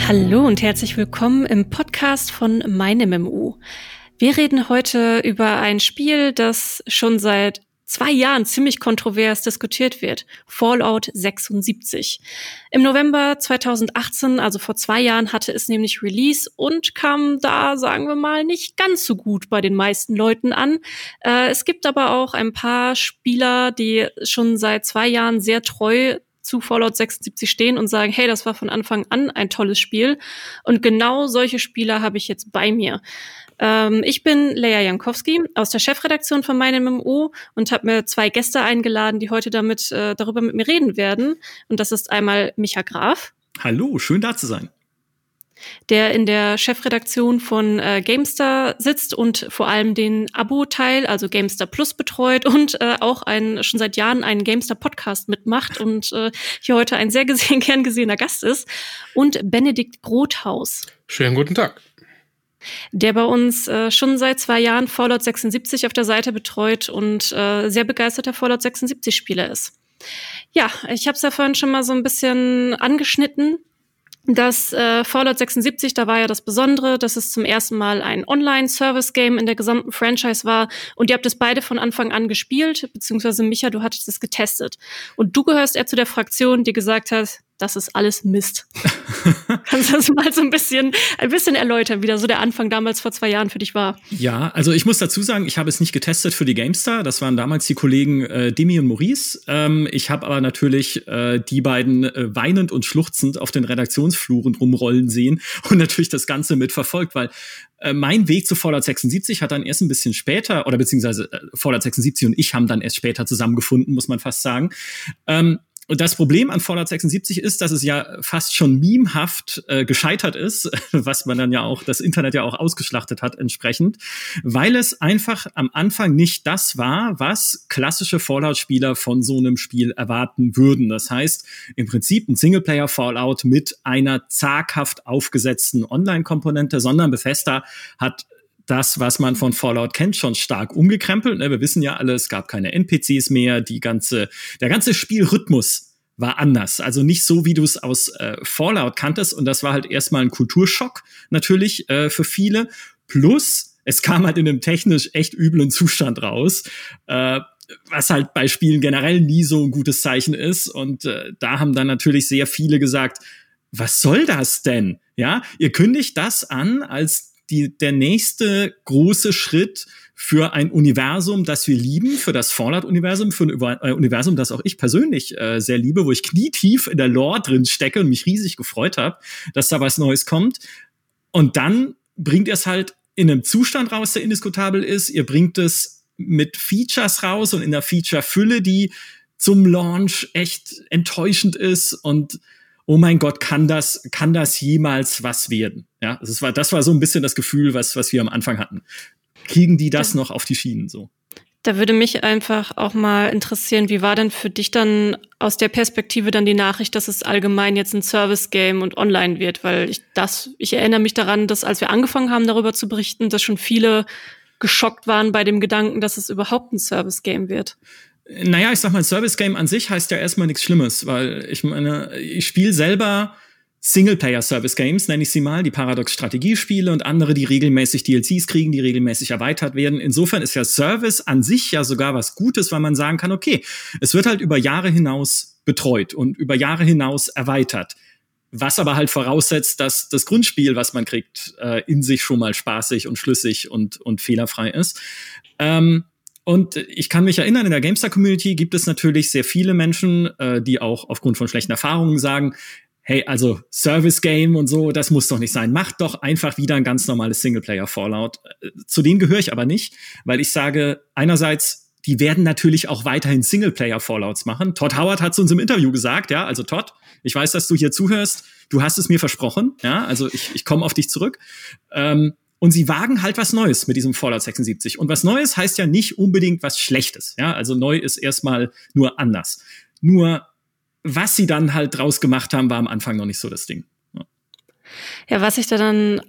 Hallo und herzlich willkommen im Podcast von MeinMMO. Wir reden heute über ein Spiel, das schon seit 2 Jahren ziemlich kontrovers diskutiert wird. Fallout 76. Im November 2018, also vor 2 Jahren, hatte es nämlich Release und kam da, sagen wir mal, nicht ganz so gut bei den meisten Leuten an. Es gibt aber auch ein paar Spieler, die schon seit 2 Jahren sehr treu zu Fallout 76 stehen und sagen, hey, das war von Anfang an ein tolles Spiel. Und genau solche Spieler habe ich jetzt bei mir. Ich bin Leia Jankowski aus der Chefredaktion von MeinMMO und habe mir 2 Gäste eingeladen, die heute darüber mit mir reden werden. Und das ist einmal Micha Graf. Hallo, schön da zu sein. Der in der Chefredaktion von GameStar sitzt und vor allem den Abo-Teil, also GameStar Plus, betreut und auch schon seit Jahren einen GameStar-Podcast mitmacht und hier heute ein sehr gern gesehener Gast ist. Und Benedikt Grothaus. Schönen guten Tag. Der bei uns schon seit 2 Jahren Fallout 76 auf der Seite betreut und sehr begeisterter Fallout 76-Spieler ist. Ja, ich habe es ja vorhin schon mal so ein bisschen angeschnitten. Das Fallout 76, da war ja das Besondere, dass es zum ersten Mal ein Online-Service-Game in der gesamten Franchise war. Und ihr habt es beide von Anfang an gespielt, beziehungsweise Micha, du hattest es getestet. Und du gehörst eher zu der Fraktion, die gesagt hat, das ist alles Mist. Kannst du das mal so ein bisschen erläutern, wie da so der Anfang damals vor 2 Jahren für dich war? Ja, also ich muss dazu sagen, ich habe es nicht getestet für die GameStar. Das waren damals die Kollegen Demi und Maurice. Ich habe aber natürlich die beiden weinend und schluchzend auf den Redaktionsfluren rumrollen sehen und natürlich das Ganze mitverfolgt, weil mein Weg zu Fallout 76 hat dann erst ein bisschen später, oder beziehungsweise Fallout 76 und ich haben dann erst später zusammengefunden, muss man fast sagen. Und das Problem an Fallout 76 ist, dass es ja fast schon memehaft gescheitert ist, was man dann ja auch, das Internet ja auch ausgeschlachtet hat entsprechend, weil es einfach am Anfang nicht das war, was klassische Fallout-Spieler von so einem Spiel erwarten würden. Das heißt, im Prinzip ein Singleplayer-Fallout mit einer zaghaft aufgesetzten Online-Komponente, sondern Bethesda hat das, was man von Fallout kennt, schon stark umgekrempelt. Wir wissen ja alle, es gab keine NPCs mehr, der ganze Spielrhythmus war anders. Also nicht so, wie du es aus Fallout kanntest. Und das war halt erstmal ein Kulturschock natürlich für viele. Plus, es kam halt in einem technisch echt üblen Zustand raus, was halt bei Spielen generell nie so ein gutes Zeichen ist. Und da haben dann natürlich sehr viele gesagt, was soll das denn? Ja, ihr kündigt das an als der nächste große Schritt für ein Universum, das wir lieben, für das Fallout-Universum, für ein Universum, das auch ich persönlich sehr liebe, wo ich knietief in der Lore drin stecke und mich riesig gefreut habe, dass da was Neues kommt. Und dann bringt ihr es halt in einem Zustand raus, der indiskutabel ist. Ihr bringt es mit Features raus und in der Feature-Fülle, die zum Launch echt enttäuschend ist und oh mein Gott, kann das jemals was werden? Ja, das war so ein bisschen das Gefühl, was wir am Anfang hatten. Kriegen die das noch auf die Schienen so? Da würde mich einfach auch mal interessieren, wie war denn für dich dann aus der Perspektive dann die Nachricht, dass es allgemein jetzt ein Service-Game und online wird? Weil ich erinnere mich daran, dass als wir angefangen haben, darüber zu berichten, dass schon viele geschockt waren bei dem Gedanken, dass es überhaupt ein Service-Game wird. Naja, ich sag mal, Service-Game an sich heißt ja erstmal nichts Schlimmes, weil ich meine, ich spiele selber Singleplayer-Service-Games, nenne ich sie mal, die Paradox-Strategiespiele und andere, die regelmäßig DLCs kriegen, die regelmäßig erweitert werden. Insofern ist ja Service an sich ja sogar was Gutes, weil man sagen kann, okay, es wird halt über Jahre hinaus betreut und über Jahre hinaus erweitert. Was aber halt voraussetzt, dass das Grundspiel, was man kriegt, in sich schon mal spaßig und schlüssig und fehlerfrei ist. Und ich kann mich erinnern, in der GameStar-Community gibt es natürlich sehr viele Menschen, die auch aufgrund von schlechten Erfahrungen sagen, hey, also Service-Game und so, das muss doch nicht sein. Macht doch einfach wieder ein ganz normales Singleplayer-Fallout. Zu denen gehöre ich aber nicht, weil ich sage, einerseits, die werden natürlich auch weiterhin Singleplayer-Fallouts machen. Todd Howard hat es uns im Interview gesagt, ja, also Todd, ich weiß, dass du hier zuhörst, du hast es mir versprochen, ja, also ich komme auf dich zurück. Und sie wagen halt was Neues mit diesem Fallout 76. Und was Neues heißt ja nicht unbedingt was Schlechtes. Ja, also neu ist erstmal nur anders. Nur was sie dann halt draus gemacht haben, war am Anfang noch nicht so das Ding. Ja, was ich da dann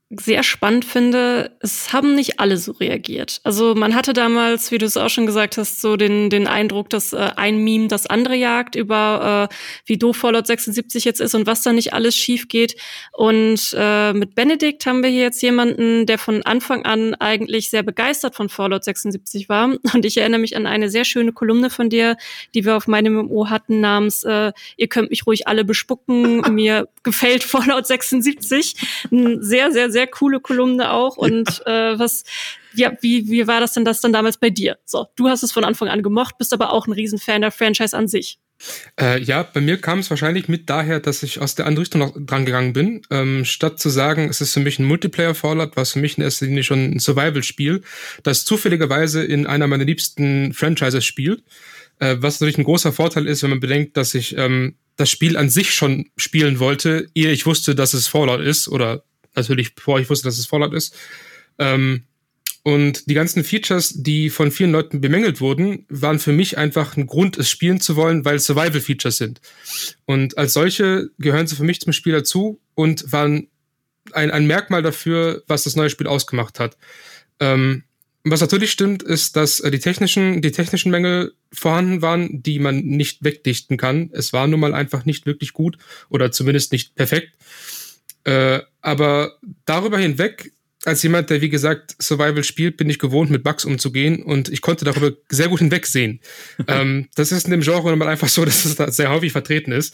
sehr spannend finde, es haben nicht alle so reagiert. Also man hatte damals, wie du es auch schon gesagt hast, so den Eindruck, dass ein Meme das andere jagt über wie doof Fallout 76 jetzt ist und was da nicht alles schief geht. Und mit Benedikt haben wir hier jetzt jemanden, der von Anfang an eigentlich sehr begeistert von Fallout 76 war. Und ich erinnere mich an eine sehr schöne Kolumne von dir, die wir auf meinem MMO hatten, namens ihr könnt mich ruhig alle bespucken, mir gefällt Fallout 76. Ein sehr, sehr, sehr coole Kolumne auch. Und wie war das dann damals bei dir? So, du hast es von Anfang an gemocht, bist aber auch ein Riesenfan der Franchise an sich. Ja, bei mir kam es wahrscheinlich mit daher, dass ich aus der anderen Richtung noch dran gegangen bin. Statt zu sagen, es ist für mich ein Multiplayer-Fallout, war es für mich in erster Linie schon ein Survival-Spiel, das zufälligerweise in einer meiner liebsten Franchises spielt. Was natürlich ein großer Vorteil ist, wenn man bedenkt, dass ich das Spiel an sich schon spielen wollte, ehe ich wusste, dass es Fallout ist, oder natürlich bevor ich wusste, dass es Fallout ist. Und die ganzen Features, die von vielen Leuten bemängelt wurden, waren für mich einfach ein Grund, es spielen zu wollen, weil es Survival-Features sind. Und als solche gehören sie für mich zum Spiel dazu und waren ein Merkmal dafür, was das neue Spiel ausgemacht hat. Was natürlich stimmt, ist, dass die technischen Mängel vorhanden waren, die man nicht wegdichten kann. Es war nun mal einfach nicht wirklich gut oder zumindest nicht perfekt. Aber darüber hinweg, als jemand, der wie gesagt Survival spielt, bin ich gewohnt, mit Bugs umzugehen und ich konnte darüber sehr gut hinwegsehen. Das ist in dem Genre nun mal einfach so, dass es da sehr häufig vertreten ist.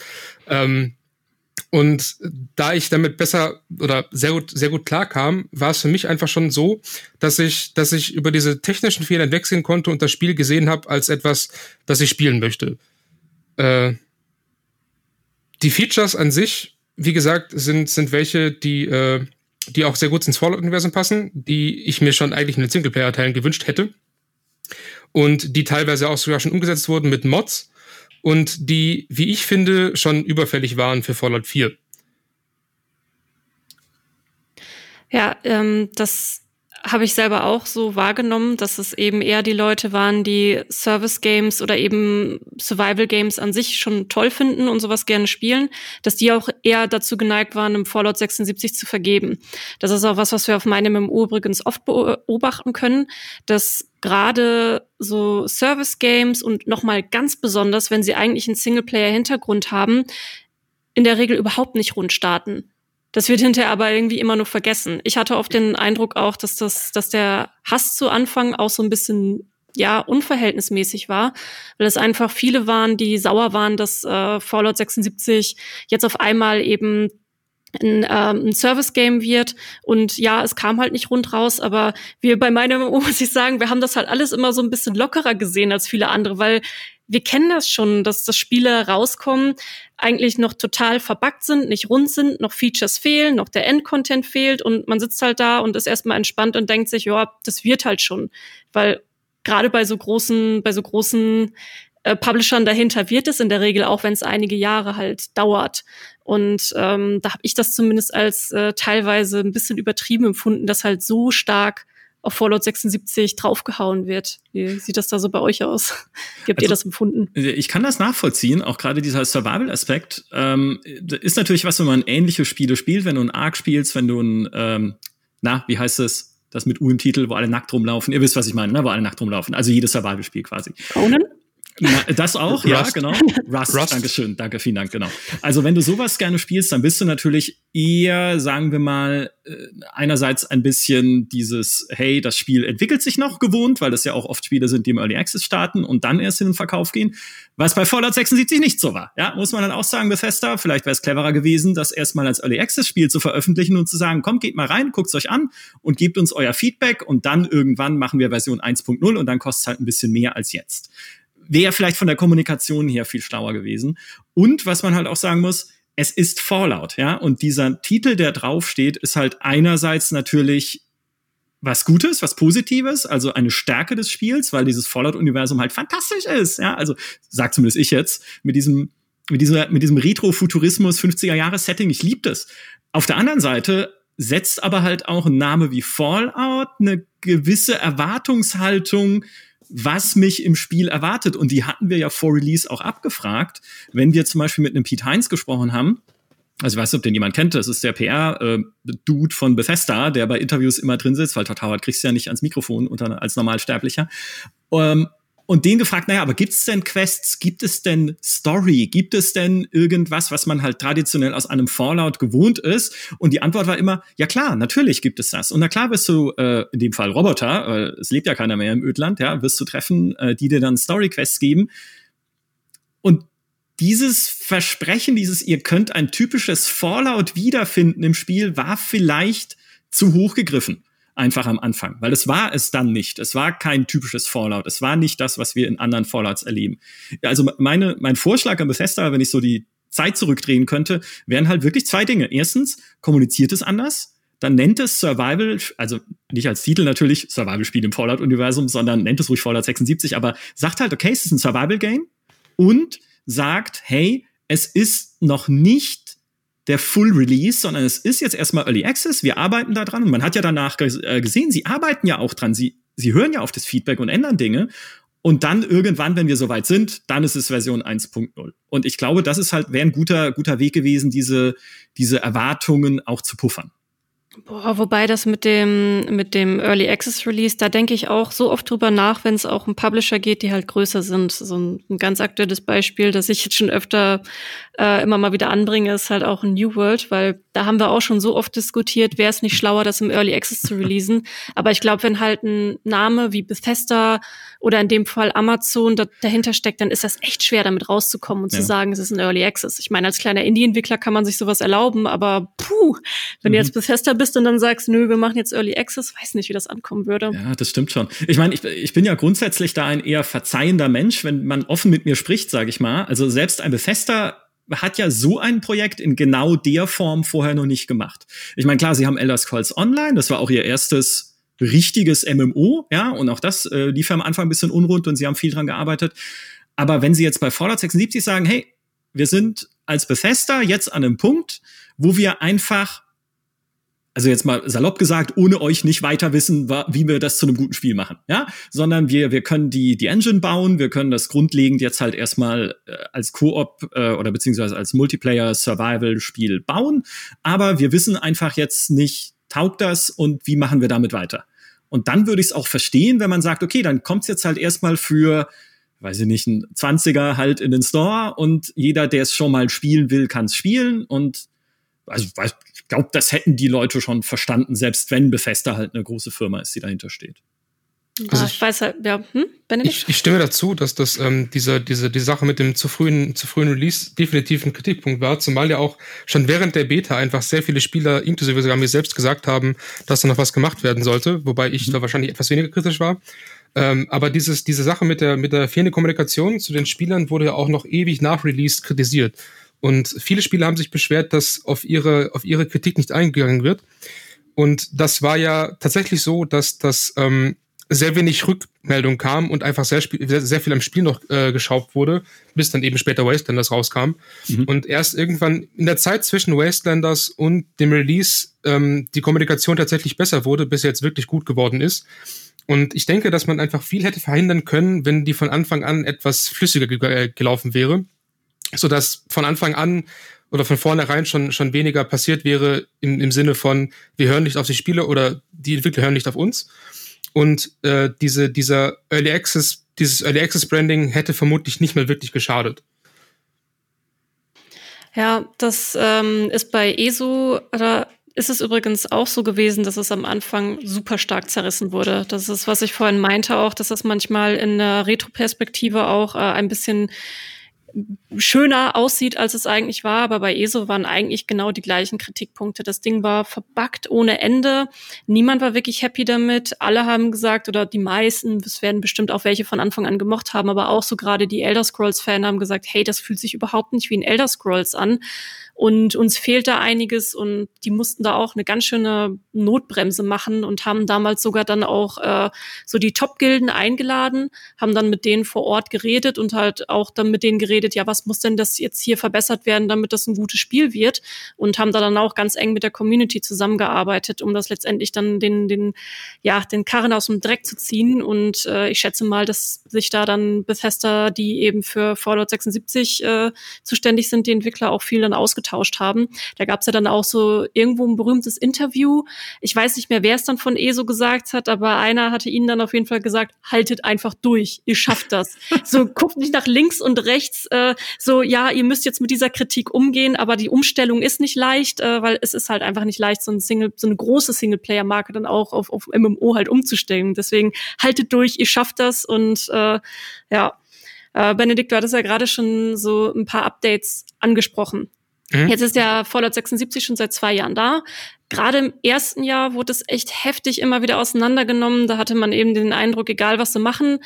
Und da ich damit besser oder sehr gut klarkam, war es für mich einfach schon so, dass ich über diese technischen Fehler hinwegsehen konnte und das Spiel gesehen habe als etwas, das ich spielen möchte. Die Features an sich, wie gesagt, sind welche, die auch sehr gut ins Fallout-Universum passen, die ich mir schon eigentlich in den Singleplayer-Teilen gewünscht hätte. Und die teilweise auch sogar schon umgesetzt wurden mit Mods. Und die, wie ich finde, schon überfällig waren für Fallout 4. Ja, das habe ich selber auch so wahrgenommen, dass es eben eher die Leute waren, die Service-Games oder eben Survival-Games an sich schon toll finden und sowas gerne spielen, dass die auch eher dazu geneigt waren, im Fallout 76 zu vergeben. Das ist auch was wir auf meinem MMO übrigens oft beobachten können, dass gerade so Service-Games und nochmal ganz besonders, wenn sie eigentlich einen Singleplayer-Hintergrund haben, in der Regel überhaupt nicht rund starten. Das wird hinterher aber irgendwie immer nur vergessen. Ich hatte oft den Eindruck auch, dass der Hass zu Anfang auch so ein bisschen, ja, unverhältnismäßig war, weil es einfach viele waren, die sauer waren, dass Fallout 76 jetzt auf einmal eben ein Service-Game wird. Und ja, es kam halt nicht rund raus, aber wir bei meinem MMO, muss ich sagen, wir haben das halt alles immer so ein bisschen lockerer gesehen als viele andere, weil wir kennen das schon, dass das Spiele rauskommen, eigentlich noch total verbuggt sind, nicht rund sind, noch Features fehlen, noch der Endcontent fehlt und man sitzt halt da und ist erstmal entspannt und denkt sich, ja, das wird halt schon. Weil gerade bei so großen Publishern dahinter wird es in der Regel auch, wenn es einige Jahre halt dauert. Und da habe ich das zumindest als teilweise ein bisschen übertrieben empfunden, dass halt so stark auf Fallout 76 draufgehauen wird. Wie sieht das da so bei euch aus? Wie habt ihr das empfunden? Ich kann das nachvollziehen, auch gerade dieser Survival-Aspekt. Ist natürlich was, wenn man ähnliche Spiele spielt, wenn du ein Ark spielst, wenn du ein, wie heißt es, das mit U im Titel, wo alle nackt rumlaufen. Ihr wisst, was ich meine, ne? Wo alle nackt rumlaufen. Also jedes Survival-Spiel quasi. Conan? Das auch, ja, genau. Rust, Dankeschön, danke, vielen Dank, genau. Also wenn du sowas gerne spielst, dann bist du natürlich eher, sagen wir mal, einerseits ein bisschen dieses, hey, das Spiel entwickelt sich noch gewohnt, weil das ja auch oft Spiele sind, die im Early Access starten und dann erst in den Verkauf gehen, was bei Fallout 76 nicht so war. Ja, muss man dann auch sagen, Bethesda, vielleicht wäre es cleverer gewesen, das erstmal als Early Access Spiel zu veröffentlichen und zu sagen, komm, geht mal rein, guckt's euch an und gebt uns euer Feedback und dann irgendwann machen wir Version 1.0 und dann kostet es halt ein bisschen mehr als jetzt. Wäre vielleicht von der Kommunikation her viel schlauer gewesen. Und was man halt auch sagen muss, es ist Fallout, ja. Und dieser Titel, der draufsteht, ist halt einerseits natürlich was Gutes, was Positives, also eine Stärke des Spiels, weil dieses Fallout-Universum halt fantastisch ist, ja. Also, sagt zumindest ich jetzt, mit diesem Retro-Futurismus, 50er-Jahres-Setting, ich liebe das. Auf der anderen Seite setzt aber halt auch ein Name wie Fallout eine gewisse Erwartungshaltung, was mich im Spiel erwartet. Und die hatten wir ja vor Release auch abgefragt, wenn wir zum Beispiel mit einem Pete Hines gesprochen haben. Also ich weiß nicht, ob den jemand kennt, das ist der PR-Dude von Bethesda, der bei Interviews immer drin sitzt, weil Todd Howard kriegst du ja nicht ans Mikrofon als Normalsterblicher. Und den gefragt, naja, aber gibt es denn Quests, gibt es denn Story, gibt es denn irgendwas, was man halt traditionell aus einem Fallout gewohnt ist? Und die Antwort war immer, ja klar, natürlich gibt es das. Und na klar wirst du, in dem Fall Roboter, es lebt ja keiner mehr im Ödland, ja, wirst du treffen, die dir dann Story-Quests geben. Und dieses Versprechen, ihr könnt ein typisches Fallout wiederfinden im Spiel, war vielleicht zu hoch gegriffen. Einfach am Anfang, weil es war es dann nicht. Es war kein typisches Fallout. Es war nicht das, was wir in anderen Fallouts erleben. Also mein Vorschlag an Bethesda, wenn ich so die Zeit zurückdrehen könnte, wären halt wirklich 2 Dinge. Erstens, kommuniziert es anders. Dann nennt es Survival, also nicht als Titel natürlich Survival-Spiel im Fallout-Universum, sondern nennt es ruhig Fallout 76, aber sagt halt, okay, es ist ein Survival-Game und sagt, hey, es ist noch nicht der Full Release, sondern es ist jetzt erstmal Early Access, wir arbeiten da dran und man hat ja danach gesehen, sie arbeiten ja auch dran, sie hören ja auf das Feedback und ändern Dinge und dann irgendwann, wenn wir soweit sind, dann ist es Version 1.0. Und ich glaube, das ist halt, wäre ein guter Weg gewesen, diese Erwartungen auch zu puffern. Boah, wobei das mit dem Early Access Release, da denke ich auch so oft drüber nach, wenn es auch um Publisher geht, die halt größer sind. So ein ganz aktuelles Beispiel, das ich jetzt schon öfter immer mal wieder anbringe, ist halt auch ein New World, weil da haben wir auch schon so oft diskutiert, wäre es nicht schlauer, das im Early Access zu releasen. Aber ich glaube, wenn halt ein Name wie Bethesda oder in dem Fall Amazon dahinter steckt, dann ist das echt schwer, damit rauszukommen und zu sagen, es ist ein Early Access. Ich meine, als kleiner Indie-Entwickler kann man sich sowas erlauben, aber wenn du jetzt Bethesda bist und dann sagst, nö, wir machen jetzt Early Access, weiß nicht, wie das ankommen würde. Ja, das stimmt schon. Ich meine, ich bin ja grundsätzlich da ein eher verzeihender Mensch, wenn man offen mit mir spricht, sage ich mal. Also selbst ein Bethesda hat ja so ein Projekt in genau der Form vorher noch nicht gemacht. Ich meine, klar, sie haben Elder Scrolls Online, das war auch ihr erstes richtiges MMO, ja, und auch das lief am Anfang ein bisschen unrund und sie haben viel dran gearbeitet. Aber wenn sie jetzt bei Fallout 76 sagen, hey, wir sind als Bethesda jetzt an einem Punkt, wo wir einfach, also jetzt mal salopp gesagt, ohne euch nicht weiter wissen, wie wir das zu einem guten Spiel machen, ja, sondern wir können die Engine bauen, wir können das grundlegend jetzt halt erstmal als Koop oder beziehungsweise als Multiplayer-Survival-Spiel bauen, aber wir wissen einfach jetzt nicht, taugt das und wie machen wir damit weiter? Und dann würde ich es auch verstehen, wenn man sagt, okay, dann kommt's jetzt halt erstmal für, weiß ich nicht, ein 20er halt in den Store und jeder, der es schon mal spielen will, kann es spielen und also ich glaube, das hätten die Leute schon verstanden, selbst wenn Bethesda halt eine große Firma ist, die dahinter steht. Also ich weiß halt, ja, Benedikt? Ich stimme dazu, dass das die Sache mit dem zu frühen Release definitiv ein Kritikpunkt war, zumal ja auch schon während der Beta einfach sehr viele Spieler, inklusive sogar mir selbst, gesagt haben, dass da noch was gemacht werden sollte, wobei ich da wahrscheinlich etwas weniger kritisch war. Aber diese Sache mit der fehlenden Kommunikation zu den Spielern wurde ja auch noch ewig nach Release kritisiert. Und viele Spieler haben sich beschwert, dass auf ihre Kritik nicht eingegangen wird. Und das war ja tatsächlich so, dass das sehr wenig Rückmeldung kam und einfach sehr viel am Spiel noch geschraubt wurde, bis dann eben später Wastelanders rauskam. Und erst irgendwann in der Zeit zwischen Wastelanders und dem Release die Kommunikation tatsächlich besser wurde, bis jetzt wirklich gut geworden ist. Und ich denke, dass man einfach viel hätte verhindern können, wenn die von Anfang an etwas flüssiger gelaufen wäre, sodass von Anfang an oder von vornherein schon weniger passiert wäre im Sinne von, wir hören nicht auf die Spieler oder die Entwickler hören nicht auf uns. Und dieses Early Access Branding hätte vermutlich nicht mehr wirklich geschadet. Ja, das ist bei ESO, oder ist es übrigens auch so gewesen, dass es am Anfang super stark zerrissen wurde. Das ist, was ich vorhin meinte auch, dass das manchmal in der Retroperspektive auch ein bisschen schöner aussieht, als es eigentlich war, aber bei ESO waren eigentlich genau die gleichen Kritikpunkte. Das Ding war verbuggt ohne Ende. Niemand war wirklich happy damit. Alle haben gesagt, oder die meisten, es werden bestimmt auch welche von Anfang an gemocht haben, aber auch so gerade die Elder Scrolls-Fan haben gesagt, hey, das fühlt sich überhaupt nicht wie ein Elder Scrolls an. Und uns fehlt da einiges und die mussten da auch eine ganz schöne Notbremse machen und haben damals sogar dann auch so die Top-Gilden eingeladen, haben dann mit denen vor Ort geredet und halt auch dann mit denen geredet, geredet, ja, was muss denn das jetzt hier verbessert werden, damit das ein gutes Spiel wird, und haben da dann auch ganz eng mit der Community zusammengearbeitet, um das letztendlich dann den Karren aus dem Dreck zu ziehen. Und ich schätze mal, dass sich da dann Bethesda, die eben für Fallout 76 zuständig sind, die Entwickler auch viel dann ausgetauscht haben. Da gab's ja dann auch so irgendwo ein berühmtes Interview. Ich weiß nicht mehr, wer es dann von ESO gesagt hat, aber einer hatte ihnen dann auf jeden Fall gesagt, haltet einfach durch, ihr schafft das. So, guckt nicht nach links und rechts, ihr müsst jetzt mit dieser Kritik umgehen, aber die Umstellung ist nicht leicht, weil es ist halt einfach nicht leicht, so eine große Singleplayer-Marke dann auch auf MMO halt umzustellen. Deswegen haltet durch, ihr schafft das. Und Benedikt, du hattest ja gerade schon so ein paar Updates angesprochen. Jetzt ist ja Fallout 76 schon seit 2 Jahren da. Gerade im ersten Jahr wurde es echt heftig immer wieder auseinandergenommen. Da hatte man eben den Eindruck, egal was sie machen,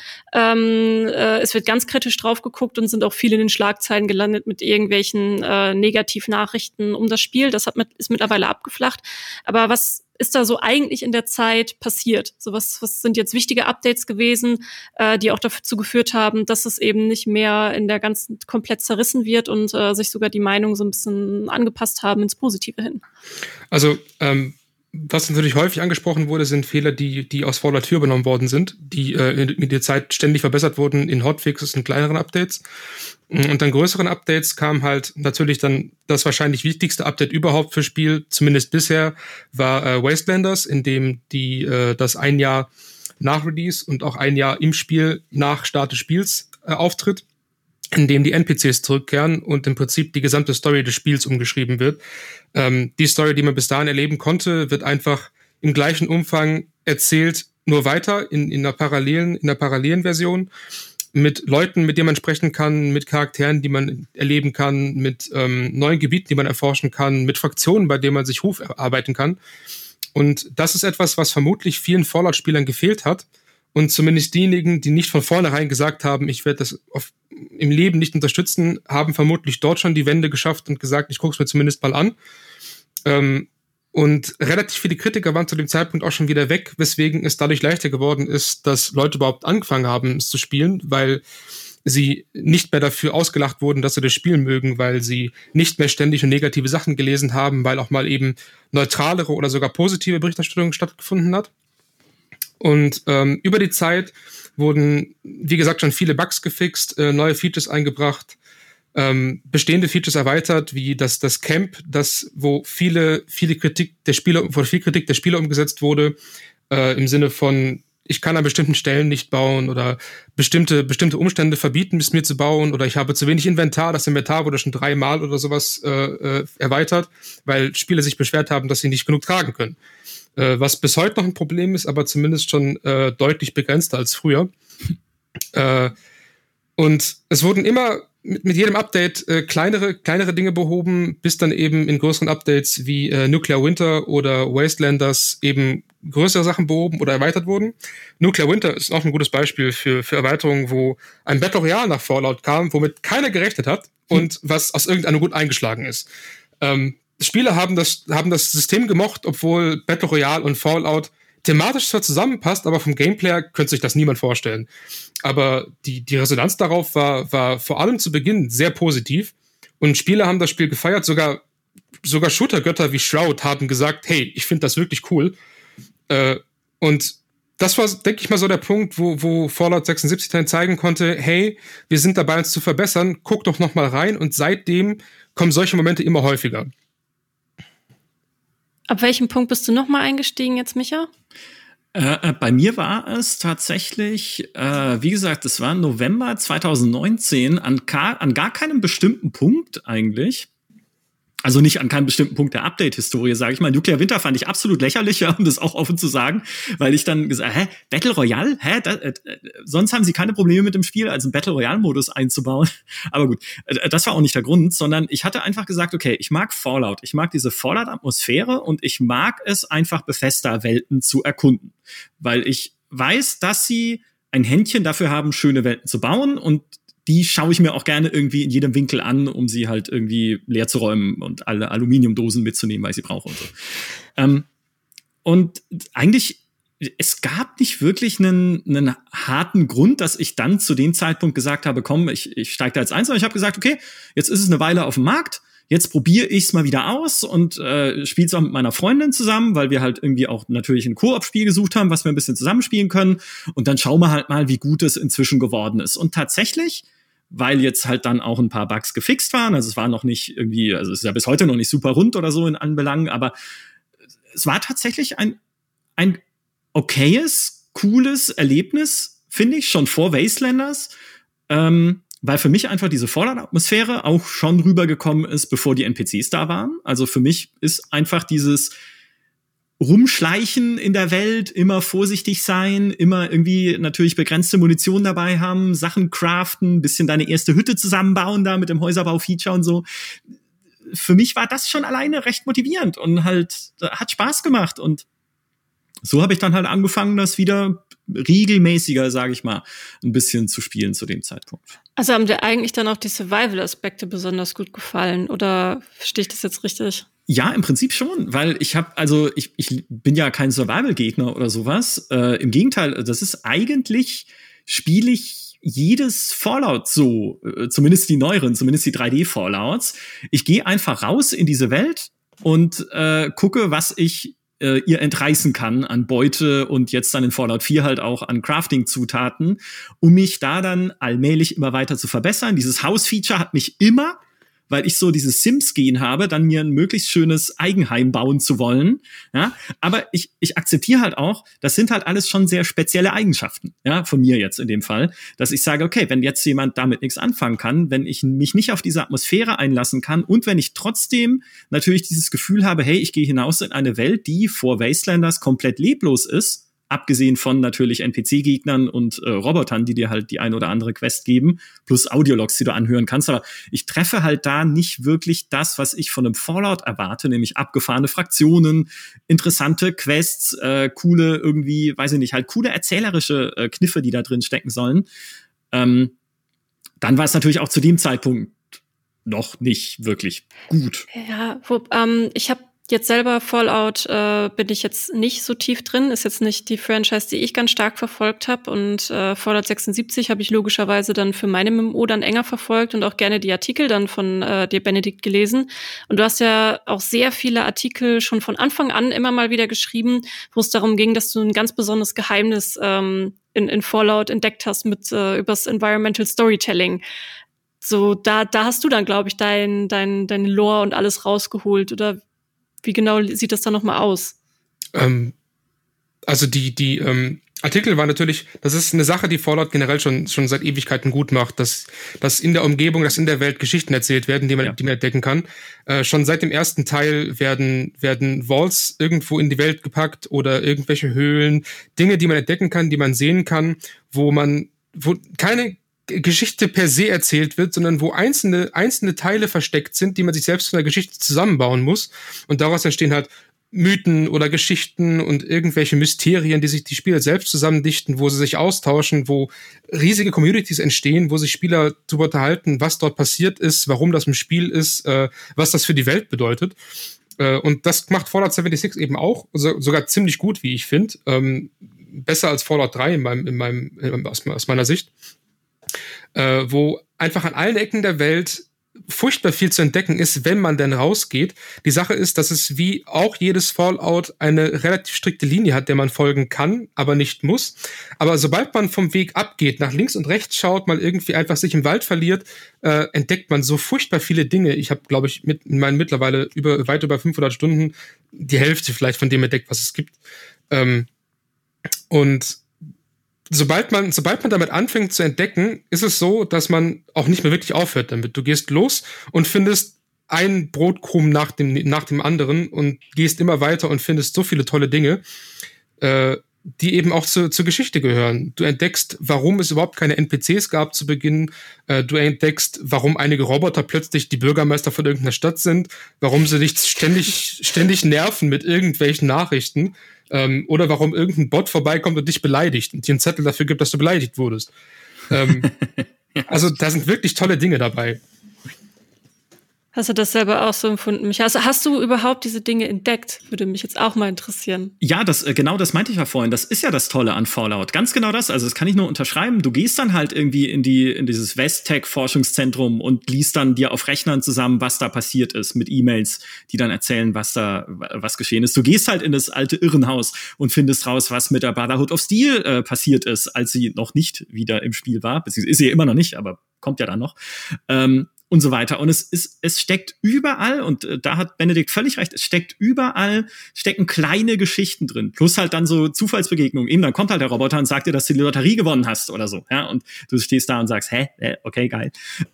es wird ganz kritisch drauf geguckt, und sind auch viele in den Schlagzeilen gelandet mit irgendwelchen Negativnachrichten um das Spiel. Das ist mittlerweile abgeflacht. Aber was ist da so eigentlich in der Zeit passiert? So was sind jetzt wichtige Updates gewesen, die auch dazu geführt haben, dass es eben nicht mehr in der ganzen komplett zerrissen wird und sich sogar die Meinung so ein bisschen angepasst haben ins Positive hin? Also, was natürlich häufig angesprochen wurde, sind Fehler, die aus fauler Tür übernommen worden sind, die in der Zeit ständig verbessert wurden in Hotfixes und kleineren Updates. Und dann größeren Updates kam halt natürlich dann das wahrscheinlich wichtigste Update überhaupt fürs Spiel, zumindest bisher, war Wastelanders, in dem das 1 Jahr nach Release und auch 1 Jahr im Spiel nach Start des Spiels auftritt, in dem die NPCs zurückkehren und im Prinzip die gesamte Story des Spiels umgeschrieben wird. Die Story, die man bis dahin erleben konnte, wird einfach im gleichen Umfang erzählt, nur weiter in einer parallelen Version, mit Leuten, mit denen man sprechen kann, mit Charakteren, die man erleben kann, mit neuen Gebieten, die man erforschen kann, mit Fraktionen, bei denen man sich Ruf erarbeiten kann. Und das ist etwas, was vermutlich vielen Fallout-Spielern gefehlt hat. Und zumindest diejenigen, die nicht von vornherein gesagt haben, ich werde das im Leben nicht unterstützen, haben vermutlich dort schon die Wende geschafft und gesagt, ich gucke es mir zumindest mal an. Und relativ viele Kritiker waren zu dem Zeitpunkt auch schon wieder weg, weswegen es dadurch leichter geworden ist, dass Leute überhaupt angefangen haben, es zu spielen, weil sie nicht mehr dafür ausgelacht wurden, dass sie das Spiel mögen, weil sie nicht mehr ständig und negative Sachen gelesen haben, weil auch mal eben neutralere oder sogar positive Berichterstattung stattgefunden hat. Und über die Zeit wurden, wie gesagt, schon viele Bugs gefixt, neue Features eingebracht, bestehende Features erweitert, wie das Camp, wo viel Kritik der Spieler umgesetzt wurde, im Sinne von, ich kann an bestimmten Stellen nicht bauen oder bestimmte Umstände verbieten es mir zu bauen, oder ich habe zu wenig Inventar, das Inventar wurde schon 3-mal oder sowas erweitert, weil Spieler sich beschwert haben, dass sie nicht genug tragen können. Was bis heute noch ein Problem ist, aber zumindest schon deutlich begrenzter als früher. Und es wurden immer mit jedem Update kleinere Dinge behoben, bis dann eben in größeren Updates wie Nuclear Winter oder Wastelanders eben größere Sachen behoben oder erweitert wurden. Nuclear Winter ist auch ein gutes Beispiel für Erweiterungen, wo ein Battle Royale nach Fallout kam, womit keiner gerechnet hat und was aus irgendeinem Grund eingeschlagen ist. Spieler haben das System gemocht, obwohl Battle Royale und Fallout thematisch zwar zusammenpasst, aber vom Gameplay könnte sich das niemand vorstellen. Aber die Resonanz darauf war vor allem zu Beginn sehr positiv, und Spieler haben das Spiel gefeiert, sogar Shooter-Götter wie Shroud haben gesagt, hey, ich finde das wirklich cool. Und das war, denke ich mal, so der Punkt, wo Fallout 76 dann zeigen konnte, hey, wir sind dabei, uns zu verbessern, guck doch noch mal rein, und seitdem kommen solche Momente immer häufiger. Ab welchem Punkt bist du noch mal eingestiegen jetzt, Micha? Bei mir war es tatsächlich, wie gesagt, es war November 2019, an gar keinem bestimmten Punkt eigentlich. Also nicht an keinem bestimmten Punkt der Update-Historie, sage ich mal. Nuclear Winter fand ich absolut lächerlich, um das auch offen zu sagen, weil ich dann gesagt, Battle Royale? Sonst haben sie keine Probleme mit dem Spiel, also einen Battle Royale-Modus einzubauen. Aber gut, das war auch nicht der Grund, sondern ich hatte einfach gesagt, okay, ich mag Fallout, ich mag diese Fallout-Atmosphäre und ich mag es einfach, Bethesda-Welten zu erkunden. Weil ich weiß, dass sie ein Händchen dafür haben, schöne Welten zu bauen, und die schaue ich mir auch gerne irgendwie in jedem Winkel an, um sie halt irgendwie leer zu räumen und alle Aluminiumdosen mitzunehmen, weil ich sie brauche und so. Und eigentlich es gab nicht wirklich einen harten Grund, dass ich dann zu dem Zeitpunkt gesagt habe, komm, ich steige da jetzt ein, sondern ich habe gesagt, okay, jetzt ist es eine Weile auf dem Markt, jetzt probiere ich es mal wieder aus und spiele es auch mit meiner Freundin zusammen, weil wir halt irgendwie auch natürlich ein Koop-Spiel gesucht haben, was wir ein bisschen zusammenspielen können, und dann schauen wir halt mal, wie gut es inzwischen geworden ist. Und tatsächlich, weil jetzt halt dann auch ein paar Bugs gefixt waren, also es war noch nicht irgendwie, also es ist ja bis heute noch nicht super rund oder so in allen Belangen, aber es war tatsächlich ein okayes, cooles Erlebnis, finde ich, schon vor Wastelanders, weil für mich einfach diese Fallout-Atmosphäre auch schon rübergekommen ist, bevor die NPCs da waren. Also für mich ist einfach dieses Rumschleichen in der Welt, immer vorsichtig sein, immer irgendwie natürlich begrenzte Munition dabei haben, Sachen craften, bisschen deine erste Hütte zusammenbauen da mit dem Häuserbau-Feature und so. Für mich war das schon alleine recht motivierend und halt hat Spaß gemacht, und so habe ich dann halt angefangen, das wieder regelmäßiger, sage ich mal, ein bisschen zu spielen zu dem Zeitpunkt. Also haben dir eigentlich dann auch die Survival-Aspekte besonders gut gefallen, oder verstehe ich das jetzt richtig? Ja, im Prinzip schon, weil ich bin ja kein Survival-Gegner oder sowas. Im Gegenteil, das ist eigentlich, spiele ich jedes Fallout so, zumindest die neueren, zumindest die 3D-Fallouts. Ich gehe einfach raus in diese Welt und gucke, was ich ihr entreißen kann an Beute und jetzt dann in Fallout 4 halt auch an Crafting-Zutaten, um mich da dann allmählich immer weiter zu verbessern. Dieses House-Feature hat mich immer, weil ich so dieses Sims-Gen habe, dann mir ein möglichst schönes Eigenheim bauen zu wollen. Ja, aber ich akzeptiere halt auch, das sind halt alles schon sehr spezielle Eigenschaften, ja, von mir jetzt in dem Fall, dass ich sage, okay, wenn jetzt jemand damit nichts anfangen kann, wenn ich mich nicht auf diese Atmosphäre einlassen kann und wenn ich trotzdem natürlich dieses Gefühl habe, hey, ich gehe hinaus in eine Welt, die vor Wastelanders komplett leblos ist, abgesehen von natürlich NPC-Gegnern und Robotern, die dir halt die ein oder andere Quest geben, plus Audiologs, die du anhören kannst. Aber ich treffe halt da nicht wirklich das, was ich von einem Fallout erwarte, nämlich abgefahrene Fraktionen, interessante Quests, coole irgendwie, weiß ich nicht, halt coole erzählerische Kniffe, die da drin stecken sollen. Dann war es natürlich auch zu dem Zeitpunkt noch nicht wirklich gut. Ja, ich habe jetzt selber Fallout bin ich jetzt nicht so tief drin, ist jetzt nicht die Franchise, die ich ganz stark verfolgt habe, und Fallout 76 habe ich logischerweise dann für meine MMO dann enger verfolgt und auch gerne die Artikel dann von dir, Benedikt, gelesen. Und du hast ja auch sehr viele Artikel schon von Anfang an immer mal wieder geschrieben, wo es darum ging, dass du ein ganz besonderes Geheimnis in Fallout entdeckt hast mit übers Environmental Storytelling. So, da hast du dann, glaube ich, dein Lore und alles rausgeholt, oder wie genau sieht das dann nochmal aus? Also die Artikel waren natürlich, das ist eine Sache, die Fallout generell schon seit Ewigkeiten gut macht, dass in der Umgebung, dass in der Welt Geschichten erzählt werden, die man entdecken kann. Schon seit dem ersten Teil werden Vaults irgendwo in die Welt gepackt oder irgendwelche Höhlen, Dinge, die man entdecken kann, die man sehen kann, wo keine Geschichte per se erzählt wird, sondern wo einzelne Teile versteckt sind, die man sich selbst von der Geschichte zusammenbauen muss. Und daraus entstehen halt Mythen oder Geschichten und irgendwelche Mysterien, die sich die Spieler selbst zusammendichten, wo sie sich austauschen, wo riesige Communities entstehen, wo sich Spieler darüber unterhalten, was dort passiert ist, warum das im Spiel ist, was das für die Welt bedeutet. Und das macht Fallout 76 eben auch, sogar ziemlich gut, wie ich finde. Besser als Fallout 3 aus meiner Sicht. Wo einfach an allen Ecken der Welt furchtbar viel zu entdecken ist, wenn man denn rausgeht. Die Sache ist, dass es wie auch jedes Fallout eine relativ strikte Linie hat, der man folgen kann, aber nicht muss. Aber sobald man vom Weg abgeht, nach links und rechts schaut, mal irgendwie einfach sich im Wald verliert, entdeckt man so furchtbar viele Dinge. Ich habe, glaube ich, in meinen mittlerweile weit über 500 Stunden die Hälfte vielleicht von dem entdeckt, was es gibt. Und Sobald man damit anfängt zu entdecken, ist es so, dass man auch nicht mehr wirklich aufhört damit. Du gehst los und findest einen Brotkrumen nach dem anderen und gehst immer weiter und findest so viele tolle Dinge, die eben auch zur Geschichte gehören. Du entdeckst, warum es überhaupt keine NPCs gab zu Beginn. Du entdeckst, warum einige Roboter plötzlich die Bürgermeister von irgendeiner Stadt sind, warum sie dich ständig nerven mit irgendwelchen Nachrichten. Oder warum irgendein Bot vorbeikommt und dich beleidigt und dir einen Zettel dafür gibt, dass du beleidigt wurdest. Also da sind wirklich tolle Dinge dabei. Hast du das selber auch so empfunden, Micha? Also hast du überhaupt diese Dinge entdeckt? Würde mich jetzt auch mal interessieren. Ja, genau das meinte ich ja vorhin. Das ist ja das Tolle an Fallout. Ganz genau das. Also das kann ich nur unterschreiben. Du gehst dann halt irgendwie in dieses Westtech-Forschungszentrum und liest dann dir auf Rechnern zusammen, was da passiert ist, mit E-Mails, die dann erzählen, was geschehen ist. Du gehst halt in das alte Irrenhaus und findest raus, was mit der Brotherhood of Steel passiert ist, als sie noch nicht wieder im Spiel war. Beziehungsweise ist sie ja immer noch nicht, aber kommt ja dann noch. Und so weiter. Und es steckt überall, und da hat Benedikt völlig recht, es stecken kleine Geschichten drin. Plus halt dann so Zufallsbegegnungen. Eben, dann kommt halt der Roboter und sagt dir, dass du die Lotterie gewonnen hast oder so. Ja, und du stehst da und sagst, okay, geil.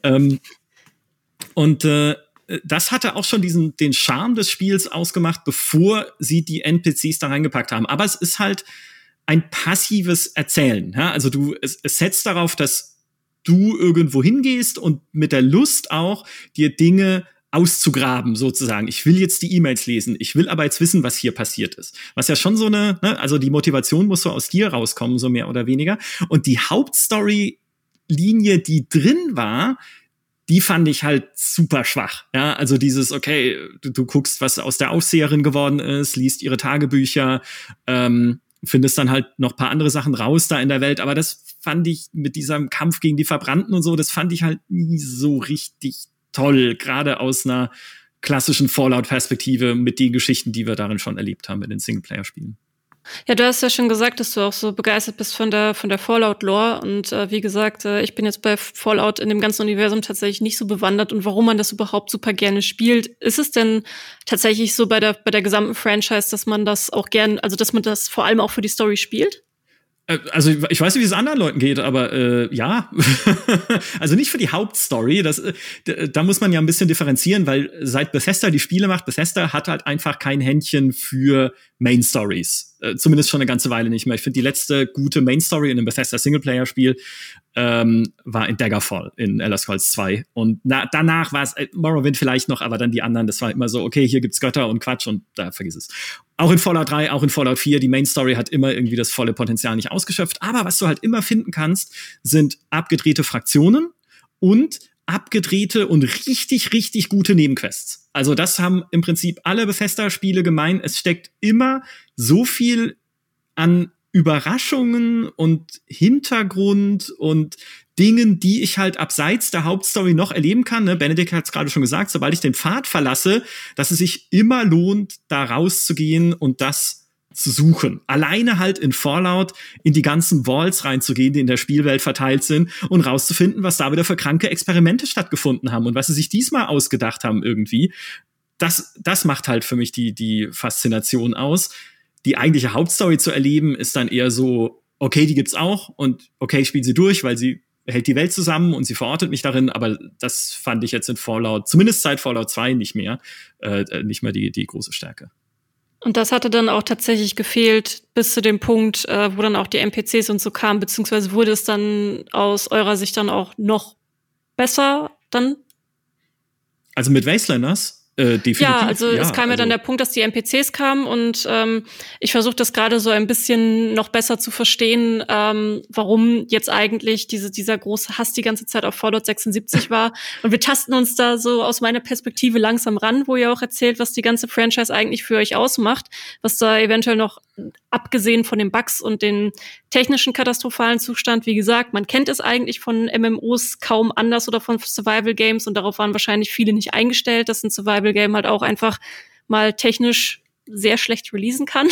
Das hatte auch schon den Charme des Spiels ausgemacht, bevor sie die NPCs da reingepackt haben. Aber es ist halt ein passives Erzählen. Ja? Also es setzt darauf, dass du irgendwo hingehst und mit der Lust auch, dir Dinge auszugraben, sozusagen. Ich will jetzt die E-Mails lesen, ich will aber jetzt wissen, was hier passiert ist. Was ja schon so also die Motivation muss so aus dir rauskommen, so mehr oder weniger. Und die Hauptstory-Linie, die drin war, die fand ich halt super schwach. Ja, also dieses, okay, du guckst, was aus der Aufseherin geworden ist, liest ihre Tagebücher, findest dann halt noch ein paar andere Sachen raus da in der Welt, aber das fand ich mit diesem Kampf gegen die Verbrannten und so, das fand ich halt nie so richtig toll, gerade aus einer klassischen Fallout-Perspektive mit den Geschichten, die wir darin schon erlebt haben in den Singleplayer-Spielen. Ja, du hast ja schon gesagt, dass du auch so begeistert bist von der Fallout-Lore. Und wie gesagt, ich bin jetzt bei Fallout in dem ganzen Universum tatsächlich nicht so bewandert. Und warum man das überhaupt super gerne spielt, ist es denn tatsächlich so bei der gesamten Franchise, dass man das auch dass man das vor allem auch für die Story spielt? Also ich weiß nicht, wie es anderen Leuten geht, aber ja. Also nicht für die Hauptstory. Da muss man ja ein bisschen differenzieren, weil seit Bethesda die Spiele macht, Bethesda hat halt einfach kein Händchen für Main Stories. Zumindest schon eine ganze Weile nicht mehr. Ich finde, die letzte gute Main Story in einem Bethesda Singleplayer-Spiel war in Daggerfall in Elder Scrolls 2. Und danach war es Morrowind vielleicht noch, aber dann die anderen, das war immer so, okay, hier gibt's Götter und Quatsch und da vergiss es. Auch in Fallout 3, auch in Fallout 4, die Main Story hat immer irgendwie das volle Potenzial nicht ausgeschöpft. Aber was du halt immer finden kannst, sind abgedrehte Fraktionen und abgedrehte und richtig, richtig gute Nebenquests. Also das haben im Prinzip alle Bethesda-Spiele gemein. Es steckt immer so viel an Überraschungen und Hintergrund und Dingen, die ich halt abseits der Hauptstory noch erleben kann. Ne? Benedikt hat es gerade schon gesagt, sobald ich den Pfad verlasse, dass es sich immer lohnt, da rauszugehen und das zu suchen. Alleine halt in Fallout in die ganzen Vaults reinzugehen, die in der Spielwelt verteilt sind und rauszufinden, was da wieder für kranke Experimente stattgefunden haben und was sie sich diesmal ausgedacht haben irgendwie. Das macht halt für mich die Faszination aus. Die eigentliche Hauptstory zu erleben, ist dann eher so, okay, die gibt's auch und okay, ich spiele sie durch, weil sie hält die Welt zusammen und sie verortet mich darin, aber das fand ich jetzt in Fallout, zumindest seit Fallout 2 nicht mehr die große Stärke. Und das hatte dann auch tatsächlich gefehlt bis zu dem Punkt, wo dann auch die NPCs und so kamen, beziehungsweise wurde es dann aus eurer Sicht dann auch noch besser dann? Also mit Wastelanders? Definitiv. Ja, also es kam ja dann der Punkt, dass die NPCs kamen und ich versuche das gerade so ein bisschen noch besser zu verstehen, warum jetzt eigentlich dieser große Hass die ganze Zeit auf Fallout 76 war. Und wir tasten uns da so aus meiner Perspektive langsam ran, wo ihr auch erzählt, was die ganze Franchise eigentlich für euch ausmacht, was da eventuell noch, abgesehen von den Bugs und den technischen katastrophalen Zustand, wie gesagt, man kennt es eigentlich von MMOs kaum anders oder von Survival Games und darauf waren wahrscheinlich viele nicht eingestellt, dass ein Survival Game halt auch einfach mal technisch sehr schlecht releasen kann.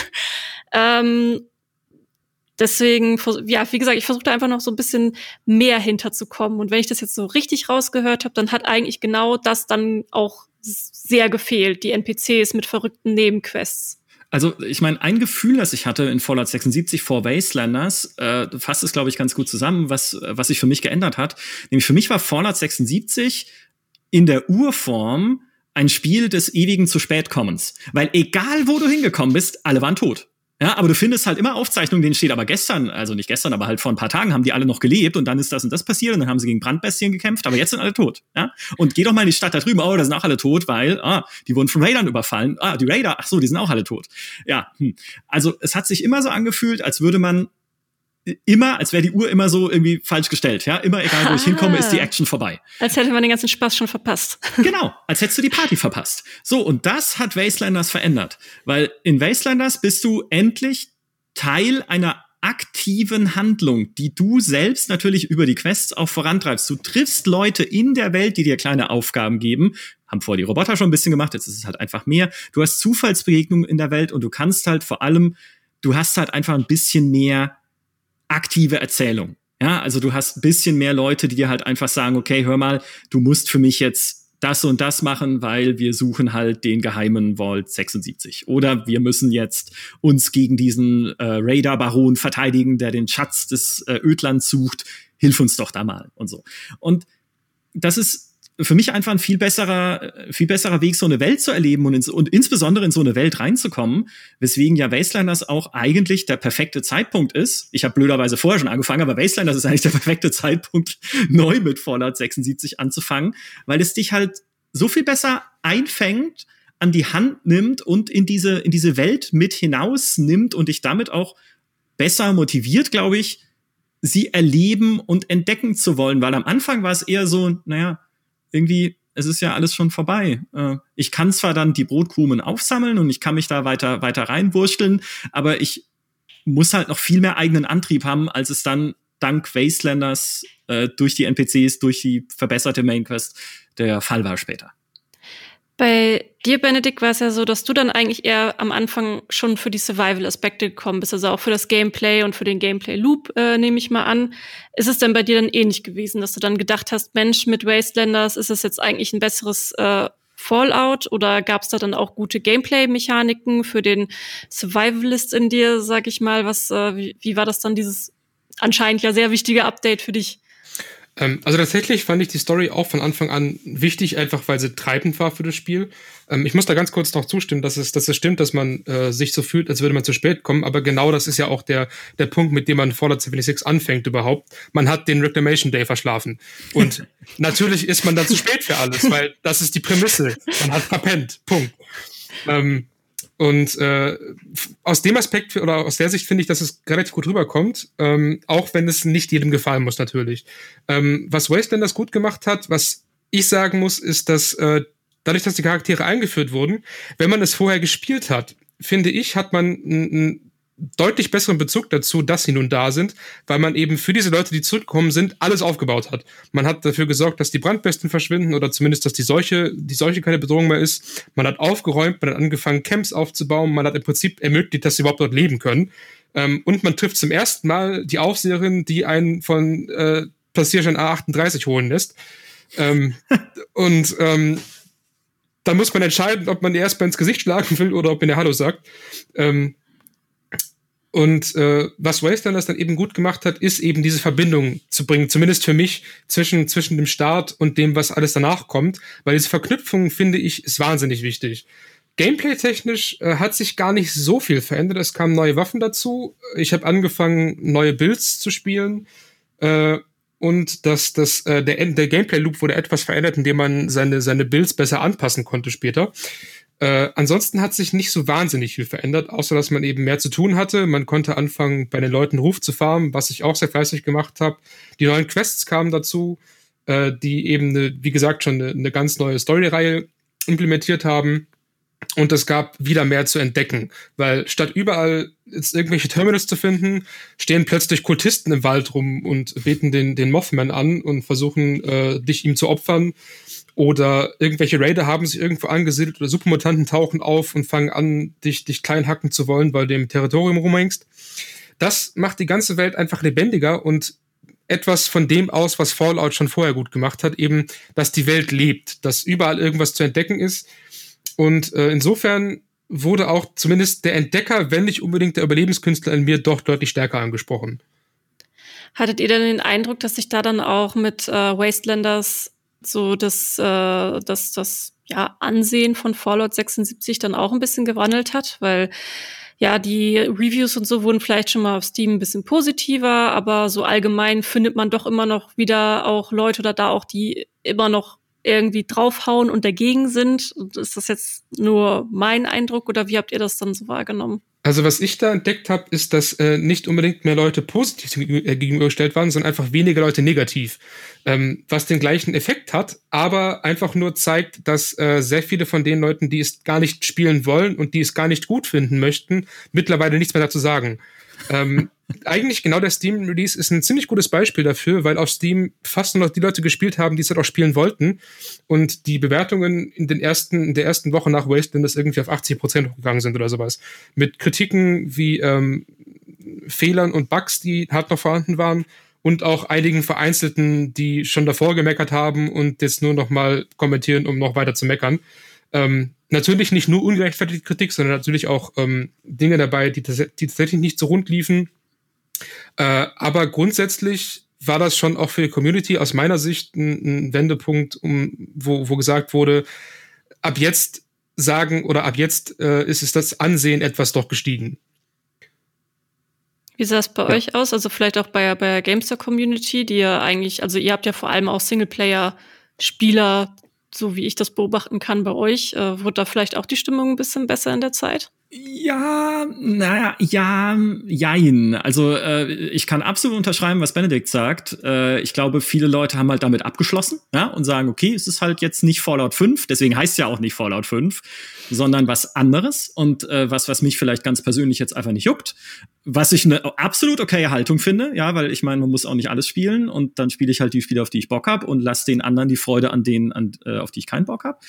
Deswegen, ja, wie gesagt, ich versuche da einfach noch so ein bisschen mehr hinterzukommen. Und wenn ich das jetzt so richtig rausgehört habe, dann hat eigentlich genau das dann auch sehr gefehlt, die NPCs mit verrückten Nebenquests. Also ich meine, ein Gefühl, das ich hatte in Fallout 76 vor Wastelanders, fasst es, glaube ich, ganz gut zusammen, was sich für mich geändert hat. Nämlich für mich war Fallout 76 in der Urform ein Spiel des ewigen Zu-Spät-Kommens. Weil egal, wo du hingekommen bist, alle waren tot. Ja, aber du findest halt immer Aufzeichnungen, denen steht aber gestern, also nicht gestern, aber halt vor ein paar Tagen haben die alle noch gelebt und dann ist das und das passiert und dann haben sie gegen Brandbestien gekämpft, aber jetzt sind alle tot. Ja? Und geh doch mal in die Stadt da drüben, oh, da sind auch alle tot, weil, die wurden von Raidern überfallen. Die Raider, ach so, die sind auch alle tot. Ja, Also es hat sich immer so angefühlt, als würde man immer, als wäre die Uhr immer so irgendwie falsch gestellt. Ja, immer egal, wo ich hinkomme, ist die Action vorbei. Als hätte man den ganzen Spaß schon verpasst. Genau, als hättest du die Party verpasst. So, und das hat Wastelanders verändert. Weil in Wastelanders bist du endlich Teil einer aktiven Handlung, die du selbst natürlich über die Quests auch vorantreibst. Du triffst Leute in der Welt, die dir kleine Aufgaben geben. Haben vorher die Roboter schon ein bisschen gemacht, jetzt ist es halt einfach mehr. Du hast Zufallsbegegnungen in der Welt und du kannst halt vor allem, du hast halt einfach ein bisschen mehr aktive Erzählung. Ja, also du hast ein bisschen mehr Leute, die dir halt einfach sagen, okay, hör mal, du musst für mich jetzt das und das machen, weil wir suchen halt den geheimen Vault 76. Oder wir müssen jetzt uns gegen diesen Raider-Baron verteidigen, der den Schatz des Ödlands sucht. Hilf uns doch da mal und so. Und das ist für mich einfach ein viel besserer Weg, so eine Welt zu erleben und insbesondere in so eine Welt reinzukommen, weswegen ja Wastelanders auch eigentlich der perfekte Zeitpunkt ist. Ich habe blöderweise vorher schon angefangen, aber Wastelanders ist eigentlich der perfekte Zeitpunkt, neu mit Fallout 76 anzufangen, weil es dich halt so viel besser einfängt, an die Hand nimmt und in diese Welt mit hinaus nimmt und dich damit auch besser motiviert, glaube ich, sie erleben und entdecken zu wollen, weil am Anfang war es eher so, naja, irgendwie, es ist ja alles schon vorbei. Ich kann zwar dann die Brotkrumen aufsammeln und ich kann mich da weiter reinwursteln, aber ich muss halt noch viel mehr eigenen Antrieb haben, als es dann dank Wastelanders durch die NPCs, durch die verbesserte Mainquest der Fall war später. Bei dir, Benedikt, war es ja so, dass du dann eigentlich eher am Anfang schon für die Survival-Aspekte gekommen bist, also auch für das Gameplay und für den Gameplay-Loop, nehme ich mal an. Ist es denn bei dir dann ähnlich gewesen, dass du dann gedacht hast, Mensch, mit Wastelanders ist es jetzt eigentlich ein besseres Fallout, oder gab es da dann auch gute Gameplay-Mechaniken für den Survivalist in dir, sag ich mal? Wie war das dann, dieses anscheinend ja sehr wichtige Update für dich? Also tatsächlich fand ich die Story auch von Anfang an wichtig, einfach weil sie treibend war für das Spiel. Ich muss da ganz kurz noch zustimmen, dass es stimmt, dass man sich so fühlt, als würde man zu spät kommen, aber genau das ist ja auch der Punkt, mit dem man Fallout 76 anfängt überhaupt. Man hat den Reclamation Day verschlafen. Und natürlich ist man dann zu spät für alles, weil das ist die Prämisse. Man hat verpennt. Punkt. Und aus dem Aspekt oder aus der Sicht finde ich, dass es relativ gut rüberkommt, auch wenn es nicht jedem gefallen muss natürlich. Was Wastelanders gut gemacht hat, was ich sagen muss, ist, dass dadurch, dass die Charaktere eingeführt wurden, wenn man es vorher gespielt hat, finde ich, hat man einen deutlich besseren Bezug dazu, dass sie nun da sind, weil man eben für diese Leute, die zurückgekommen sind, alles aufgebaut hat. Man hat dafür gesorgt, dass die Brandbesten verschwinden oder zumindest, dass die Seuche keine Bedrohung mehr ist. Man hat aufgeräumt, man hat angefangen, Camps aufzubauen, man hat im Prinzip ermöglicht, dass sie überhaupt dort leben können. Und man trifft zum ersten Mal die Aufseherin, die einen von Passierschein A38 holen lässt. Da muss man entscheiden, ob man ihr erstmal ins Gesicht schlagen will oder ob man ihr Hallo sagt. Was Wastelanders dann eben gut gemacht hat, ist eben diese Verbindung zu bringen, zumindest für mich, zwischen dem Start und dem, was alles danach kommt, weil diese Verknüpfung, finde ich, ist wahnsinnig wichtig. Gameplay-technisch hat sich gar nicht so viel verändert, es kamen neue Waffen dazu, ich habe angefangen, neue Builds zu spielen, und der Gameplay-Loop wurde etwas verändert, indem man seine Builds besser anpassen konnte später. Ansonsten hat sich nicht so wahnsinnig viel verändert, außer dass man eben mehr zu tun hatte. Man konnte anfangen, bei den Leuten Ruf zu farmen, was ich auch sehr fleißig gemacht habe. Die neuen Quests kamen dazu, die eben, wie gesagt, schon eine ganz neue Story-Reihe implementiert haben. Und es gab wieder mehr zu entdecken, weil statt überall jetzt irgendwelche Terminals zu finden, stehen plötzlich Kultisten im Wald rum und beten den Mothman an und versuchen, dich ihm zu opfern. Oder irgendwelche Raider haben sich irgendwo angesiedelt oder Supermutanten tauchen auf und fangen an, dich klein hacken zu wollen, weil du im Territorium rumhängst. Das macht die ganze Welt einfach lebendiger und etwas von dem aus, was Fallout schon vorher gut gemacht hat, eben, dass die Welt lebt, dass überall irgendwas zu entdecken ist. Und insofern wurde auch zumindest der Entdecker, wenn nicht unbedingt der Überlebenskünstler in mir, doch deutlich stärker angesprochen. Hattet ihr denn den Eindruck, dass sich da dann auch mit Wastelanders so das Ansehen von Fallout 76 dann auch ein bisschen gewandelt hat? Weil ja, die Reviews und so wurden vielleicht schon mal auf Steam ein bisschen positiver, aber so allgemein findet man doch immer noch wieder auch Leute oder da auch, die immer noch irgendwie draufhauen und dagegen sind. Ist das jetzt nur mein Eindruck oder wie habt ihr das dann so wahrgenommen? Also was ich da entdeckt habe, ist, dass nicht unbedingt mehr Leute positiv gegenübergestellt waren, sondern einfach weniger Leute negativ. Was den gleichen Effekt hat, aber einfach nur zeigt, dass sehr viele von den Leuten, die es gar nicht spielen wollen und die es gar nicht gut finden möchten, mittlerweile nichts mehr dazu sagen. Eigentlich genau der Steam-Release ist ein ziemlich gutes Beispiel dafür, weil auf Steam fast nur noch die Leute gespielt haben, die es halt auch spielen wollten. Und die Bewertungen in der ersten Woche nach Wasteland irgendwie auf 80% hochgegangen sind oder sowas. Mit Kritiken wie Fehlern und Bugs, die halt noch vorhanden waren. Und auch einigen Vereinzelten, die schon davor gemeckert haben und jetzt nur noch mal kommentieren, um noch weiter zu meckern. Natürlich nicht nur ungerechtfertigte Kritik, sondern natürlich auch Dinge dabei, die tatsächlich nicht so rund liefen. Aber grundsätzlich war das schon auch für die Community aus meiner Sicht ein Wendepunkt, wo gesagt wurde, ab jetzt ist es das Ansehen etwas doch gestiegen. Wie sah es bei euch aus? Also vielleicht auch bei der Gamester-Community, die ja eigentlich, also ihr habt ja vor allem auch Singleplayer-Spieler, so wie ich das beobachten kann bei euch. Wurde da vielleicht auch die Stimmung ein bisschen besser in der Zeit? Ja, jein. Also ich kann absolut unterschreiben, was Benedikt sagt. Ich glaube, viele Leute haben halt damit abgeschlossen, ja, und sagen, okay, es ist halt jetzt nicht Fallout 5, deswegen heißt es ja auch nicht Fallout 5, sondern was anderes und was mich vielleicht ganz persönlich jetzt einfach nicht juckt. Was ich eine absolut okaye Haltung finde, ja, weil ich meine, man muss auch nicht alles spielen und dann spiele ich halt die Spiele, auf die ich Bock habe und lasse den anderen die Freude an denen, auf die ich keinen Bock habe.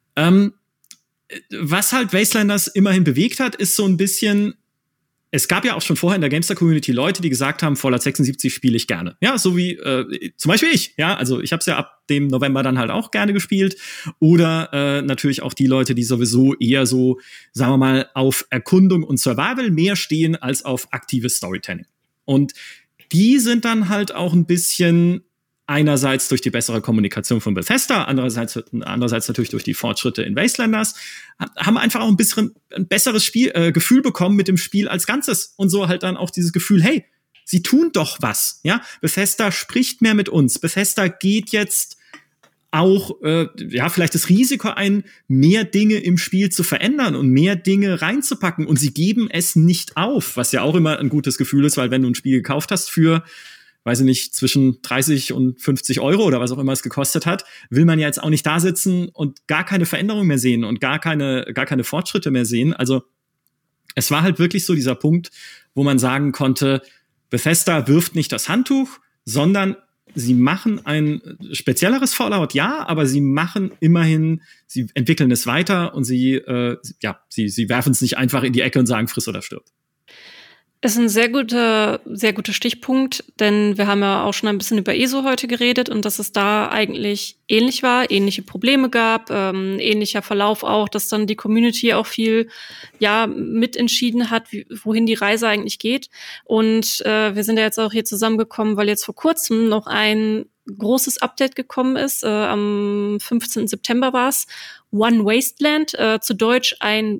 Was halt Wastelanders immerhin bewegt hat, ist so ein bisschen, es gab ja auch schon vorher in der Gamester-Community Leute, die gesagt haben, Fallout 76 spiele ich gerne. Ja, so wie zum Beispiel ich. Ja, also ich habe es ja ab dem November dann halt auch gerne gespielt. Oder natürlich auch die Leute, die sowieso eher so, sagen wir mal, auf Erkundung und Survival mehr stehen als auf aktives Storytelling. Und die sind dann halt auch ein bisschen einerseits durch die bessere Kommunikation von Bethesda, andererseits natürlich durch die Fortschritte in Wastelanders, haben einfach auch ein besseres Gefühl bekommen mit dem Spiel als Ganzes. Und so halt dann auch dieses Gefühl, hey, sie tun doch was. Ja, Bethesda spricht mehr mit uns. Bethesda geht jetzt auch vielleicht das Risiko ein, mehr Dinge im Spiel zu verändern und mehr Dinge reinzupacken. Und sie geben es nicht auf, was ja auch immer ein gutes Gefühl ist, weil wenn du ein Spiel gekauft hast für, weiß ich nicht, zwischen 30 und 50 Euro oder was auch immer es gekostet hat, will man ja jetzt auch nicht da sitzen und gar keine Veränderung mehr sehen und gar keine Fortschritte mehr sehen. Also es war halt wirklich so dieser Punkt, wo man sagen konnte, Bethesda wirft nicht das Handtuch, sondern sie machen ein spezielleres Fallout, ja, aber sie machen immerhin, sie entwickeln es weiter und sie werfen es nicht einfach in die Ecke und sagen, friss oder stirb. Das ist ein sehr guter Stichpunkt, denn wir haben ja auch schon ein bisschen über ESO heute geredet und dass es da eigentlich ähnlich war, ähnliche Probleme gab, ähnlicher Verlauf auch, dass dann die Community auch viel mitentschieden hat, wohin die Reise eigentlich geht. Und wir sind ja jetzt auch hier zusammengekommen, weil jetzt vor kurzem noch ein großes Update gekommen ist. Am 15. September war es. One Wasteland, zu Deutsch ein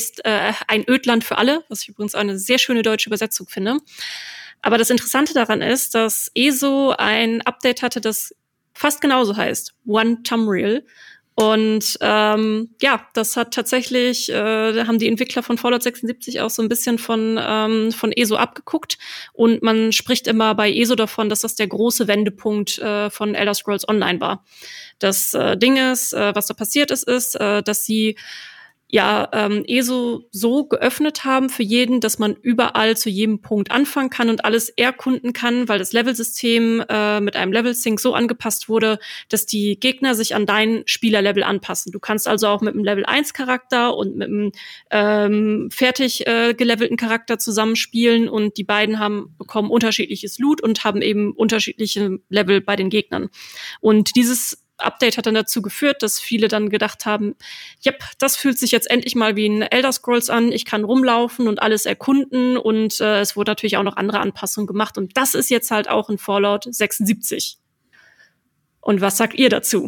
Ödland für alle, was ich übrigens eine sehr schöne deutsche Übersetzung finde. Aber das Interessante daran ist, dass ESO ein Update hatte, das fast genauso heißt, One Tamriel. Und das hat tatsächlich, da haben die Entwickler von Fallout 76 auch so ein bisschen von ESO abgeguckt. Und man spricht immer bei ESO davon, dass das der große Wendepunkt von Elder Scrolls Online war. Das Ding ist, was da passiert ist, dass sie ESO so geöffnet haben für jeden, dass man überall zu jedem Punkt anfangen kann und alles erkunden kann, weil das Levelsystem mit einem Level-Sync so angepasst wurde, dass die Gegner sich an dein Spielerlevel anpassen. Du kannst also auch mit einem Level-1-Charakter und mit einem fertig gelevelten Charakter zusammenspielen und die beiden bekommen unterschiedliches Loot und haben eben unterschiedliche Level bei den Gegnern. Und dieses Update hat dann dazu geführt, dass viele dann gedacht haben, das fühlt sich jetzt endlich mal wie ein Elder Scrolls an, ich kann rumlaufen und alles erkunden und es wurde natürlich auch noch andere Anpassungen gemacht und das ist jetzt halt auch in Fallout 76. Und was sagt ihr dazu?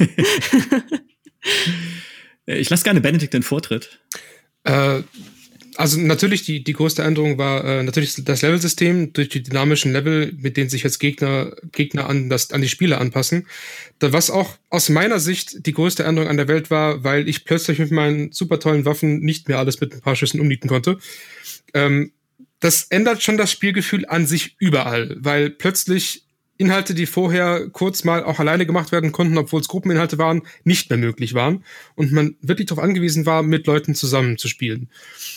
Ich lasse gerne Benedikt den Vortritt. Also natürlich die größte Änderung war natürlich das Levelsystem durch die dynamischen Level, mit denen sich jetzt Gegner an die Spiele anpassen. Was auch aus meiner Sicht die größte Änderung an der Welt war, weil ich plötzlich mit meinen super tollen Waffen nicht mehr alles mit ein paar Schüssen umnieten konnte. Das ändert schon das Spielgefühl an sich überall, weil plötzlich Inhalte, die vorher kurz mal auch alleine gemacht werden konnten, obwohl es Gruppeninhalte waren, nicht mehr möglich waren und man wirklich darauf angewiesen war, mit Leuten zusammen zu spielen.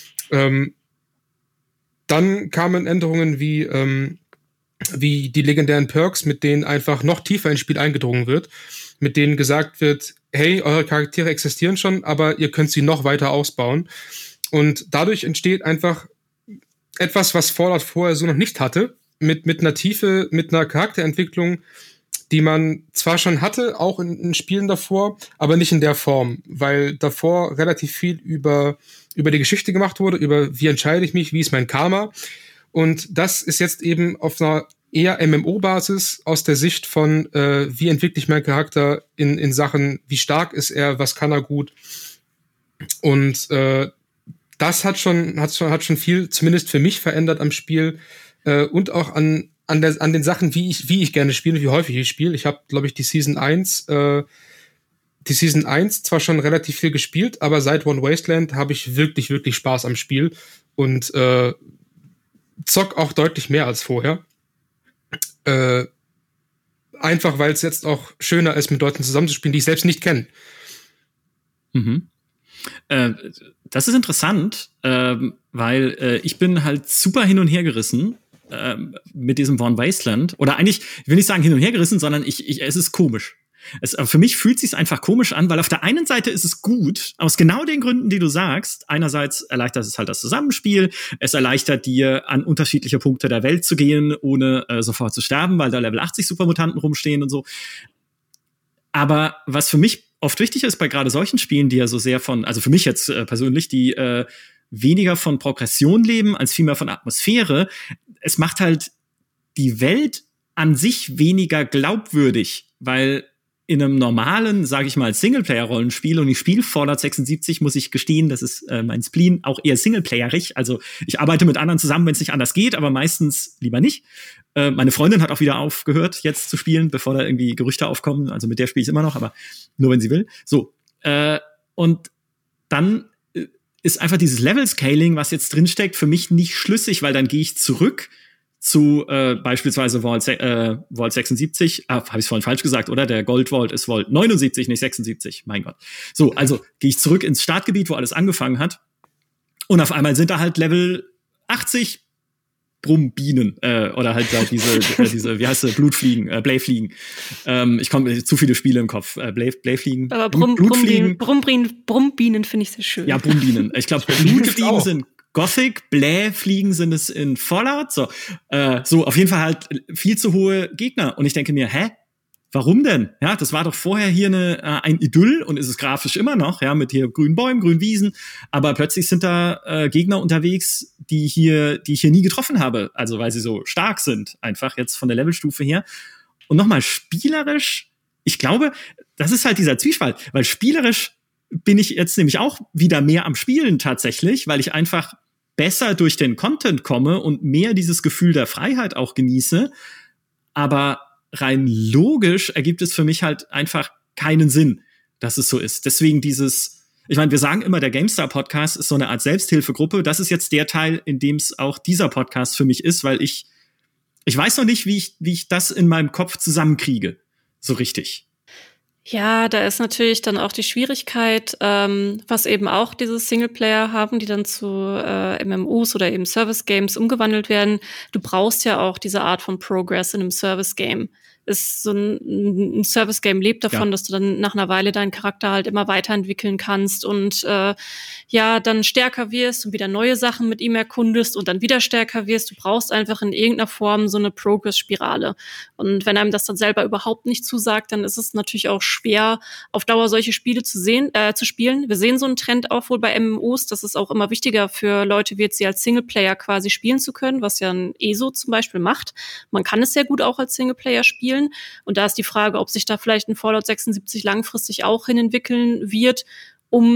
Dann kamen Änderungen wie die legendären Perks, mit denen einfach noch tiefer ins Spiel eingedrungen wird, mit denen gesagt wird, hey, eure Charaktere existieren schon, aber ihr könnt sie noch weiter ausbauen. Und dadurch entsteht einfach etwas, was Fallout vorher so noch nicht hatte, mit einer Tiefe, mit einer Charakterentwicklung, die man zwar schon hatte, auch in Spielen davor, aber nicht in der Form, weil davor relativ viel über die Geschichte gemacht wurde, über wie entscheide ich mich, wie ist mein Karma. Und das ist jetzt eben auf einer eher MMO-Basis aus der Sicht von, wie entwickle ich meinen Charakter in Sachen, wie stark ist er, was kann er gut. Und das hat schon viel, zumindest für mich, verändert am Spiel und auch an den Sachen, wie ich gerne spiele, wie häufig ich spiele. Ich habe, glaube ich, die Season 1 zwar schon relativ viel gespielt, aber seit One Wasteland habe ich wirklich, wirklich Spaß am Spiel und zock auch deutlich mehr als vorher. Einfach, weil es jetzt auch schöner ist, mit Leuten zusammenzuspielen, die ich selbst nicht kenne. Mhm. Das ist interessant, weil ich bin halt super hin und her gerissen mit diesem One Wasteland. Oder eigentlich, ich will nicht sagen hin und her gerissen, sondern es ist komisch. Für mich fühlt es sich einfach komisch an, weil auf der einen Seite ist es gut, aus genau den Gründen, die du sagst. Einerseits erleichtert es halt das Zusammenspiel, es erleichtert dir, an unterschiedliche Punkte der Welt zu gehen, ohne sofort zu sterben, weil da Level 80 Supermutanten rumstehen und so. Aber was für mich oft wichtig ist bei gerade solchen Spielen, die ja so sehr also für mich jetzt persönlich, die weniger von Progression leben, als vielmehr von Atmosphäre, es macht halt die Welt an sich weniger glaubwürdig, weil in einem normalen, sage ich mal, Singleplayer-Rollenspiel, und ich spiele Fallout 76, muss ich gestehen, das ist mein Spleen, auch eher singleplayerig. Also ich arbeite mit anderen zusammen, wenn es nicht anders geht, aber meistens lieber nicht. Meine Freundin hat auch wieder aufgehört, jetzt zu spielen, bevor da irgendwie Gerüchte aufkommen. Also mit der spiele ich immer noch, aber nur, wenn sie will. So, und dann ist einfach dieses Level-Scaling, was jetzt drinsteckt, für mich nicht schlüssig, weil dann gehe ich zurück zu beispielsweise Vault 76, habe ich es vorhin falsch gesagt, oder? Der Gold Vault ist Vault 79, nicht 76, mein Gott. So, also gehe ich zurück ins Startgebiet, wo alles angefangen hat, und auf einmal sind da halt Level 80 Brummbienen, oder halt diese, wie heißt sie, Blutfliegen, Blayfliegen. Ich komme zu viele Spiele im Kopf. Blayfliegen. Aber Brummbienen finde ich sehr schön. Ja, Brummbienen. Ich glaube, Blutfliegen sind Gothic, Blähfliegen sind es in Fallout. So, auf jeden Fall halt viel zu hohe Gegner. Und ich denke mir, warum denn? Ja, das war doch vorher hier ein Idyll, und ist es grafisch immer noch, ja, mit hier grünen Bäumen, grünen Wiesen. Aber plötzlich sind da Gegner unterwegs, die ich hier nie getroffen habe. Also, weil sie so stark sind, einfach jetzt von der Levelstufe her. Und nochmal spielerisch, ich glaube, das ist halt dieser Zwiespalt, weil spielerisch bin ich jetzt nämlich auch wieder mehr am Spielen tatsächlich, weil ich einfach besser durch den Content komme und mehr dieses Gefühl der Freiheit auch genieße. Aber rein logisch ergibt es für mich halt einfach keinen Sinn, dass es so ist. Deswegen ich meine, wir sagen immer, der GameStar-Podcast ist so eine Art Selbsthilfegruppe. Das ist jetzt der Teil, in dem es auch dieser Podcast für mich ist, weil ich weiß noch nicht, wie ich das in meinem Kopf zusammenkriege. So richtig. Ja, da ist natürlich dann auch die Schwierigkeit, was eben auch diese Singleplayer haben, die dann zu MMOs oder eben Service-Games umgewandelt werden. Du brauchst ja auch diese Art von Progress in einem Service-Game. Ist so ein Service-Game lebt davon, dass du dann nach einer Weile deinen Charakter halt immer weiterentwickeln kannst und dann stärker wirst und wieder neue Sachen mit ihm erkundest und dann wieder stärker wirst. Du brauchst einfach in irgendeiner Form so eine Progress-Spirale. Und wenn einem das dann selber überhaupt nicht zusagt, dann ist es natürlich auch schwer, auf Dauer solche Spiele zu spielen. Wir sehen so einen Trend auch wohl bei MMOs, das ist auch immer wichtiger für Leute wie jetzt sie als Singleplayer quasi spielen zu können, was ja ein ESO zum Beispiel macht. Man kann es sehr gut auch als Singleplayer spielen. Und da ist die Frage, ob sich da vielleicht ein Fallout 76 langfristig auch hinentwickeln wird, um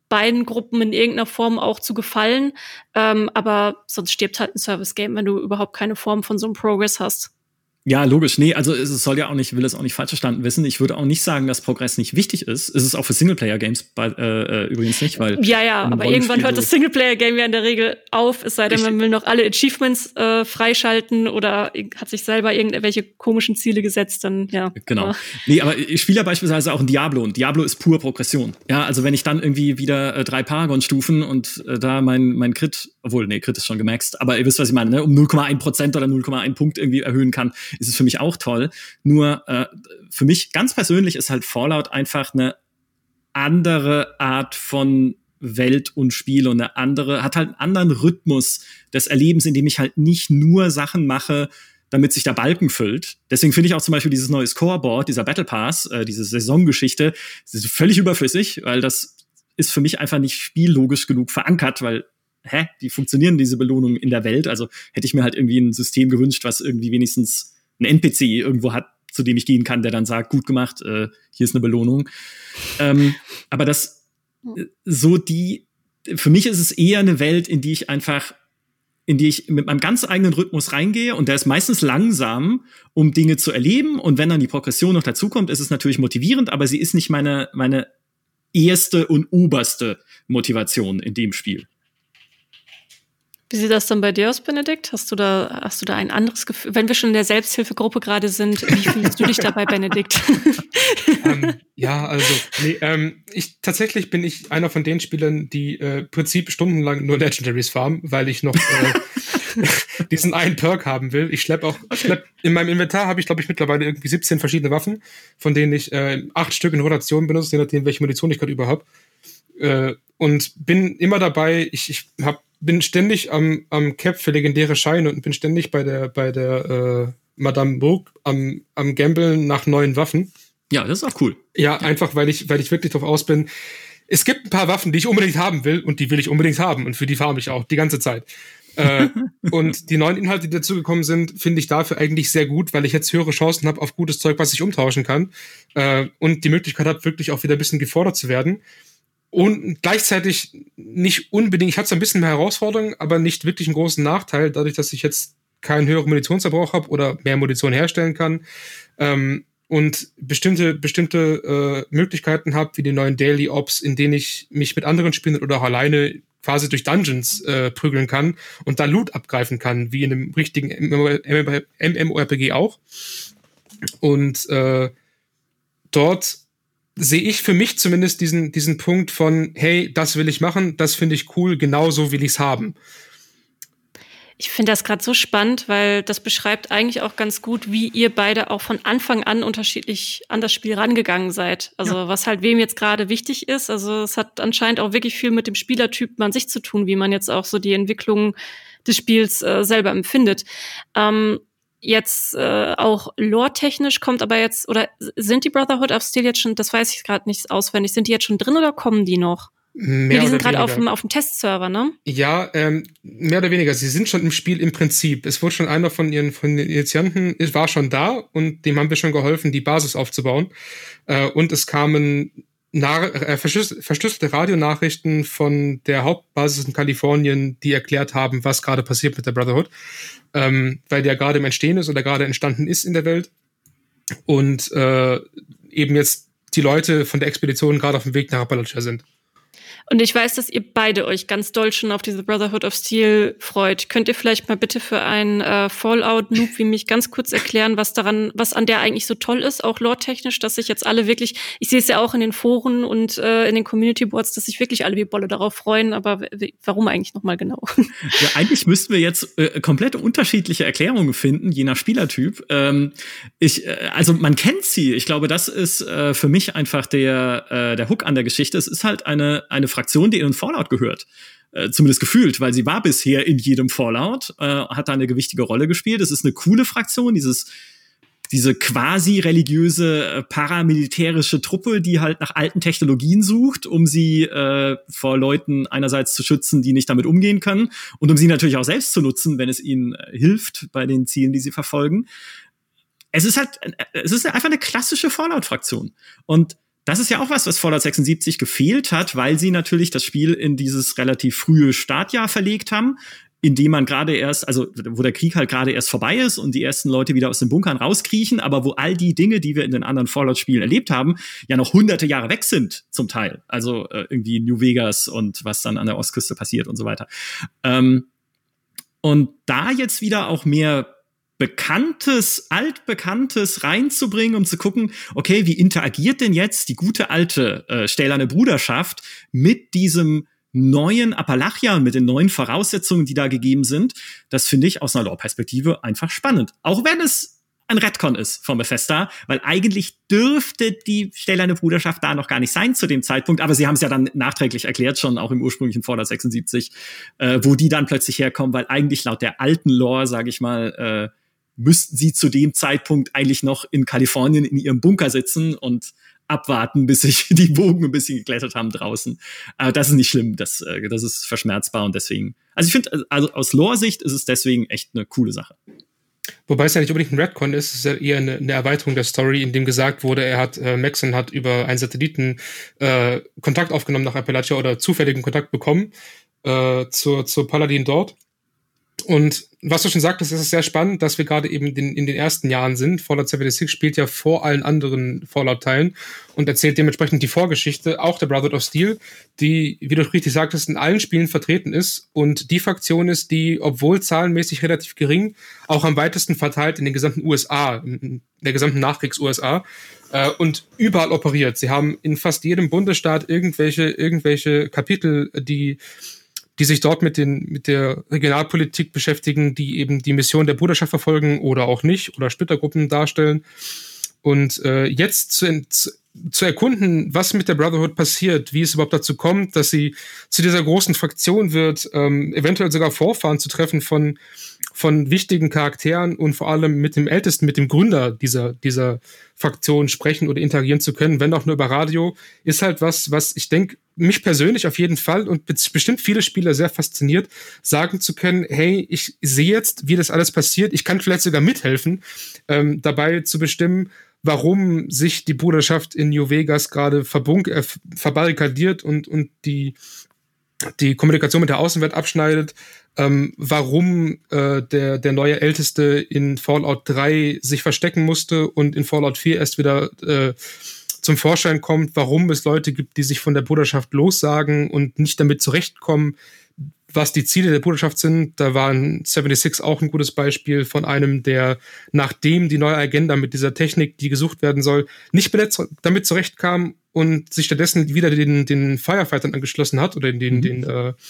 beiden Gruppen in irgendeiner Form auch zu gefallen. Aber sonst stirbt halt ein Service-Game, wenn du überhaupt keine Form von so einem Progress hast. Ja, logisch. Nee, also es soll ja auch nicht, will es auch nicht falsch verstanden wissen. Ich würde auch nicht sagen, dass Progress nicht wichtig ist. Es ist auch für Singleplayer-Games übrigens nicht, weil. Ja, aber irgendwann hört das Singleplayer-Game ja in der Regel auf, es sei denn, man will noch alle Achievements freischalten oder hat sich selber irgendwelche komischen Ziele gesetzt, dann ja. Genau. Nee, aber ich spiele ja beispielsweise auch ein Diablo und Diablo ist pur Progression. Ja, also wenn ich dann irgendwie wieder 3 Paragon-Stufen und da mein Crit, Crit ist schon gemaxt, aber ihr wisst, was ich meine, ne? Um 0,1% oder 0,1 Punkt irgendwie erhöhen kann, ist es für mich auch toll. Nur für mich ganz persönlich ist halt Fallout einfach eine andere Art von Welt und Spiel und hat halt einen anderen Rhythmus des Erlebens, in dem ich halt nicht nur Sachen mache, damit sich der Balken füllt. Deswegen finde ich auch zum Beispiel dieses neue Scoreboard, dieser Battle Pass, diese Saisongeschichte, das ist völlig überflüssig, weil das ist für mich einfach nicht spiellogisch genug verankert, weil wie funktionieren diese Belohnungen in der Welt? Also hätte ich mir halt irgendwie ein System gewünscht, was irgendwie wenigstens ein NPC irgendwo hat, zu dem ich gehen kann, der dann sagt, gut gemacht, hier ist eine Belohnung. Aber für mich ist es eher eine Welt, in die ich mit meinem ganz eigenen Rhythmus reingehe und der ist meistens langsam, um Dinge zu erleben und wenn dann die Progression noch dazukommt, ist es natürlich motivierend, aber sie ist nicht meine erste und oberste Motivation in dem Spiel. Wie sieht das dann bei dir aus, Benedikt? Hast du da ein anderes Gefühl? Wenn wir schon in der Selbsthilfegruppe gerade sind, wie fühlst du dich dabei, Benedikt? Tatsächlich bin ich einer von den Spielern, die Prinzip stundenlang nur Legendaries farmen, weil ich noch diesen einen Perk haben will. In meinem Inventar habe ich, glaube ich, mittlerweile irgendwie 17 verschiedene Waffen, von denen ich 8 Stück in Rotation benutze, je nachdem, welche Munition ich gerade über habe. Und bin immer dabei, bin ständig am Cap für legendäre Scheine und bin ständig bei der Madame Burg am Gambeln nach neuen Waffen. Ja, das ist auch cool. Ja, einfach, weil ich wirklich drauf aus bin. Es gibt ein paar Waffen, die ich unbedingt haben will und die will ich unbedingt haben und für die farme ich auch die ganze Zeit. Und die neuen Inhalte, die dazugekommen sind, finde ich dafür eigentlich sehr gut, weil ich jetzt höhere Chancen habe auf gutes Zeug, was ich umtauschen kann und die Möglichkeit habe, wirklich auch wieder ein bisschen gefordert zu werden. Und gleichzeitig nicht unbedingt, ich hatte so ein bisschen mehr Herausforderungen, aber nicht wirklich einen großen Nachteil, dadurch, dass ich jetzt keinen höheren Munitionsverbrauch habe oder mehr Munition herstellen kann und bestimmte Möglichkeiten habe, wie die neuen Daily Ops, in denen ich mich mit anderen Spielern oder auch alleine quasi durch Dungeons prügeln kann und da Loot abgreifen kann, wie in einem richtigen MMORPG auch. Und dort sehe ich für mich zumindest diesen Punkt von, hey, das will ich machen, das finde ich cool, genau so will ich's haben. Ich finde das gerade so spannend, weil das beschreibt eigentlich auch ganz gut, wie ihr beide auch von Anfang an unterschiedlich an das Spiel rangegangen seid. Also was halt wem jetzt gerade wichtig ist. Also es hat anscheinend auch wirklich viel mit dem Spielertyp an sich zu tun, wie man jetzt auch so die Entwicklung des Spiels selber empfindet. Jetzt auch lore-technisch kommt aber jetzt, oder sind die Brotherhood of Steel jetzt schon, das weiß ich gerade nicht auswendig, sind die jetzt schon drin oder kommen die noch? Die sind gerade auf dem Testserver, ne? Ja, mehr oder weniger. Sie sind schon im Spiel im Prinzip. Es wurde schon einer von den Initianten, war schon da und dem haben wir schon geholfen, die Basis aufzubauen. Und es kamen verschlüsselte Radionachrichten von der Hauptbasis in Kalifornien, die erklärt haben, was gerade passiert mit der Brotherhood. Weil der gerade im Entstehen ist oder gerade entstanden ist in der Welt. Und eben jetzt die Leute von der Expedition gerade auf dem Weg nach Appalachia sind. Und ich weiß, dass ihr beide euch ganz doll schon auf diese Brotherhood of Steel freut. Könnt ihr vielleicht mal bitte für einen Fallout-Noob wie mich ganz kurz erklären, was an der eigentlich so toll ist, auch lore-technisch, dass sich jetzt alle wirklich, ich sehe es ja auch in den Foren und in den Community-Boards, dass sich wirklich alle wie Bolle darauf freuen, aber warum eigentlich nochmal genau? Ja, eigentlich müssten wir jetzt komplett unterschiedliche Erklärungen finden, je nach Spielertyp. Also man kennt sie. Ich glaube, das ist für mich einfach der Hook an der Geschichte. Es ist halt eine Fraktion, die in Fallout gehört. Zumindest gefühlt, weil sie war bisher in jedem Fallout, hat da eine gewichtige Rolle gespielt. Es ist eine coole Fraktion, diese quasi religiöse paramilitärische Truppe, die halt nach alten Technologien sucht, um sie vor Leuten einerseits zu schützen, die nicht damit umgehen können und um sie natürlich auch selbst zu nutzen, wenn es ihnen hilft bei den Zielen, die sie verfolgen. Es ist einfach eine klassische Fallout-Fraktion. Und das ist ja auch was Fallout 76 gefehlt hat, weil sie natürlich das Spiel in dieses relativ frühe Startjahr verlegt haben, in dem man gerade erst, also wo der Krieg halt gerade erst vorbei ist und die ersten Leute wieder aus den Bunkern rauskriechen, aber wo all die Dinge, die wir in den anderen Fallout-Spielen erlebt haben, ja noch hunderte Jahre weg sind zum Teil. Also irgendwie New Vegas und was dann an der Ostküste passiert und so weiter. Und da jetzt wieder auch mehr Altbekanntes reinzubringen, um zu gucken, okay, wie interagiert denn jetzt die gute alte stählerne Bruderschaft mit diesem neuen Appalachia und mit den neuen Voraussetzungen, die da gegeben sind. Das finde ich aus einer Lore-Perspektive einfach spannend. Auch wenn es ein Retcon ist von Bethesda, weil eigentlich dürfte die stählerne Bruderschaft da noch gar nicht sein zu dem Zeitpunkt, aber sie haben es ja dann nachträglich erklärt, schon auch im ursprünglichen Fallout 76, wo die dann plötzlich herkommen, weil eigentlich laut der alten Lore, sage ich mal, müssten sie zu dem Zeitpunkt eigentlich noch in Kalifornien in ihrem Bunker sitzen und abwarten, bis sich die Wogen ein bisschen geklettert haben draußen. Aber das ist nicht schlimm, das ist verschmerzbar und deswegen, also ich finde, also aus Lore-Sicht ist es deswegen echt eine coole Sache. Wobei es ja nicht unbedingt ein Retcon ist, es ist ja eher eine Erweiterung der Story, in dem gesagt wurde, Maxon hat über einen Satelliten Kontakt aufgenommen nach Appalachia oder zufälligen Kontakt bekommen zur Paladin dort. Und was du schon sagtest, ist es sehr spannend, dass wir gerade eben in den ersten Jahren sind. Fallout 76 spielt ja vor allen anderen Fallout-Teilen und erzählt dementsprechend die Vorgeschichte, auch der Brotherhood of Steel, die, wie du richtig sagtest, in allen Spielen vertreten ist und die Fraktion ist, die, obwohl zahlenmäßig relativ gering, auch am weitesten verteilt in den gesamten USA, in der gesamten Nachkriegs-USA und überall operiert. Sie haben in fast jedem Bundesstaat irgendwelche Kapitel, die sich dort mit der Regionalpolitik beschäftigen, die eben die Mission der Bruderschaft verfolgen oder auch nicht oder Splittergruppen darstellen. Und jetzt zu erkunden, was mit der Brotherhood passiert, wie es überhaupt dazu kommt, dass sie zu dieser großen Fraktion wird, eventuell sogar Vorfahren zu treffen von wichtigen Charakteren und vor allem mit dem Ältesten, mit dem Gründer dieser Fraktion sprechen oder interagieren zu können, wenn auch nur über Radio, ist halt was ich denke, mich persönlich auf jeden Fall und bestimmt viele Spieler sehr fasziniert, sagen zu können, hey, ich sehe jetzt, wie das alles passiert, ich kann vielleicht sogar mithelfen, dabei zu bestimmen, warum sich die Bruderschaft in New Vegas gerade verbarrikadiert und die Kommunikation mit der Außenwelt abschneidet, warum der neue Älteste in Fallout 3 sich verstecken musste und in Fallout 4 erst wieder zum Vorschein kommt, warum es Leute gibt, die sich von der Bruderschaft lossagen und nicht damit zurechtkommen, was die Ziele der Bruderschaft sind. Da war 76 auch ein gutes Beispiel von einem, der nachdem die neue Agenda mit dieser Technik, die gesucht werden soll, nicht damit zurechtkam und sich stattdessen wieder den Firefightern angeschlossen hat oder den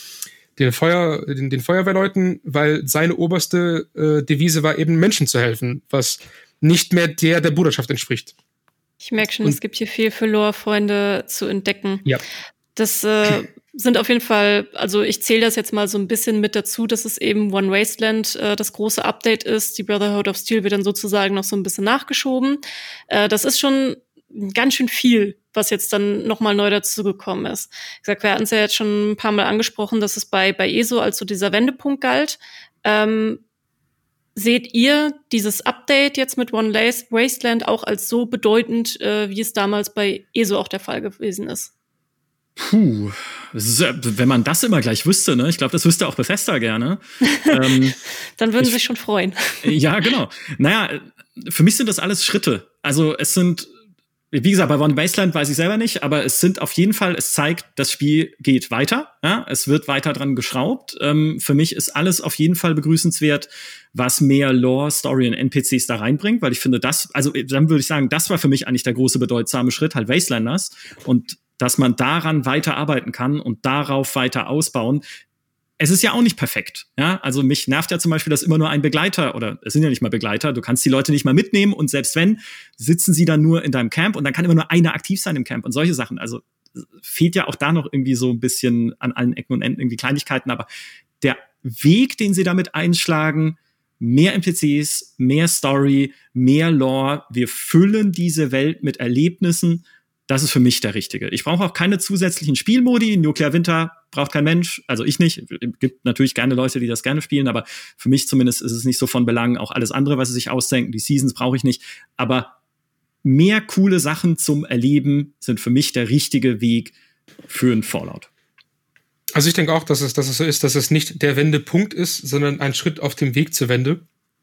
Feuerwehrleuten, weil seine oberste Devise war eben, Menschen zu helfen, was nicht mehr der Bruderschaft entspricht. Ich merke schon, es gibt hier viel für Lore-Freunde zu entdecken. Ja. Das sind auf jeden Fall, also ich zähle das jetzt mal so ein bisschen mit dazu, dass es eben One Wasteland das große Update ist. Die Brotherhood of Steel wird dann sozusagen noch so ein bisschen nachgeschoben. Das ist schon ganz schön viel, was jetzt dann nochmal neu dazugekommen ist. Wie gesagt, wir hatten es ja jetzt schon ein paar Mal angesprochen, dass es bei ESO als so dieser Wendepunkt galt. Seht ihr dieses Update jetzt mit One Wasteland auch als so bedeutend, wie es damals bei ESO auch der Fall gewesen ist? Puh, wenn man das immer gleich wüsste, ne? Ich glaube, das wüsste auch Bethesda gerne. Dann würden sie sich schon freuen. Ja, genau. Naja, für mich sind das alles Schritte. Also es sind, wie gesagt, bei One Wasteland weiß ich selber nicht, aber es sind auf jeden Fall, es zeigt, das Spiel geht weiter. Ja? Es wird weiter dran geschraubt. Für mich ist alles auf jeden Fall begrüßenswert, was mehr Lore, Story und NPCs da reinbringt, weil ich finde, dann würde ich sagen, das war für mich eigentlich der große bedeutsame Schritt, halt Wastelanders. Und dass man daran weiter arbeiten kann und darauf weiter ausbauen. Es ist ja auch nicht perfekt. Ja? Also mich nervt ja zum Beispiel, dass immer nur ein Begleiter, oder es sind ja nicht mal Begleiter, du kannst die Leute nicht mal mitnehmen und selbst wenn, sitzen sie dann nur in deinem Camp und dann kann immer nur einer aktiv sein im Camp und solche Sachen. Also fehlt ja auch da noch irgendwie so ein bisschen an allen Ecken und Enden irgendwie Kleinigkeiten, aber der Weg, den sie damit einschlagen, mehr NPCs, mehr Story, mehr Lore, wir füllen diese Welt mit Erlebnissen. Das ist für mich der richtige. Ich brauche auch keine zusätzlichen Spielmodi. Nuclear Winter braucht kein Mensch. Also ich nicht. Es gibt natürlich gerne Leute, die das gerne spielen, aber für mich zumindest ist es nicht so von Belang. Auch alles andere, was sie sich ausdenken, die Seasons brauche ich nicht. Aber mehr coole Sachen zum Erleben sind für mich der richtige Weg für ein Fallout. Also ich denke auch, dass es so ist, dass es nicht der Wendepunkt ist, sondern ein Schritt auf dem Weg zur Wende.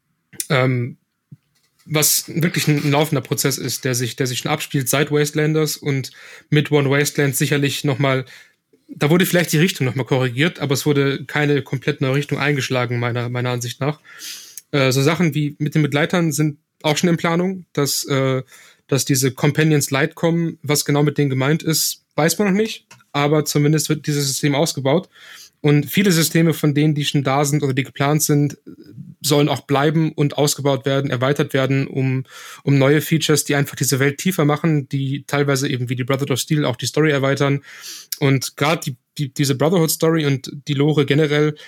Was wirklich ein laufender Prozess ist, der sich schon abspielt seit Wastelanders und mit One Wasteland sicherlich nochmal, da wurde vielleicht die Richtung nochmal korrigiert, aber es wurde keine komplett neue Richtung eingeschlagen, meiner Ansicht nach. So Sachen wie mit den Begleitern sind auch schon in Planung, dass diese Companions Light kommen. Was genau mit denen gemeint ist, weiß man noch nicht, aber zumindest wird dieses System ausgebaut. Und viele Systeme von denen, die schon da sind oder die geplant sind, sollen auch bleiben und ausgebaut werden, erweitert werden, um neue Features, die einfach diese Welt tiefer machen, die teilweise eben wie die Brotherhood of Steel auch die Story erweitern. Und gerade diese Brotherhood-Story und die Lore generell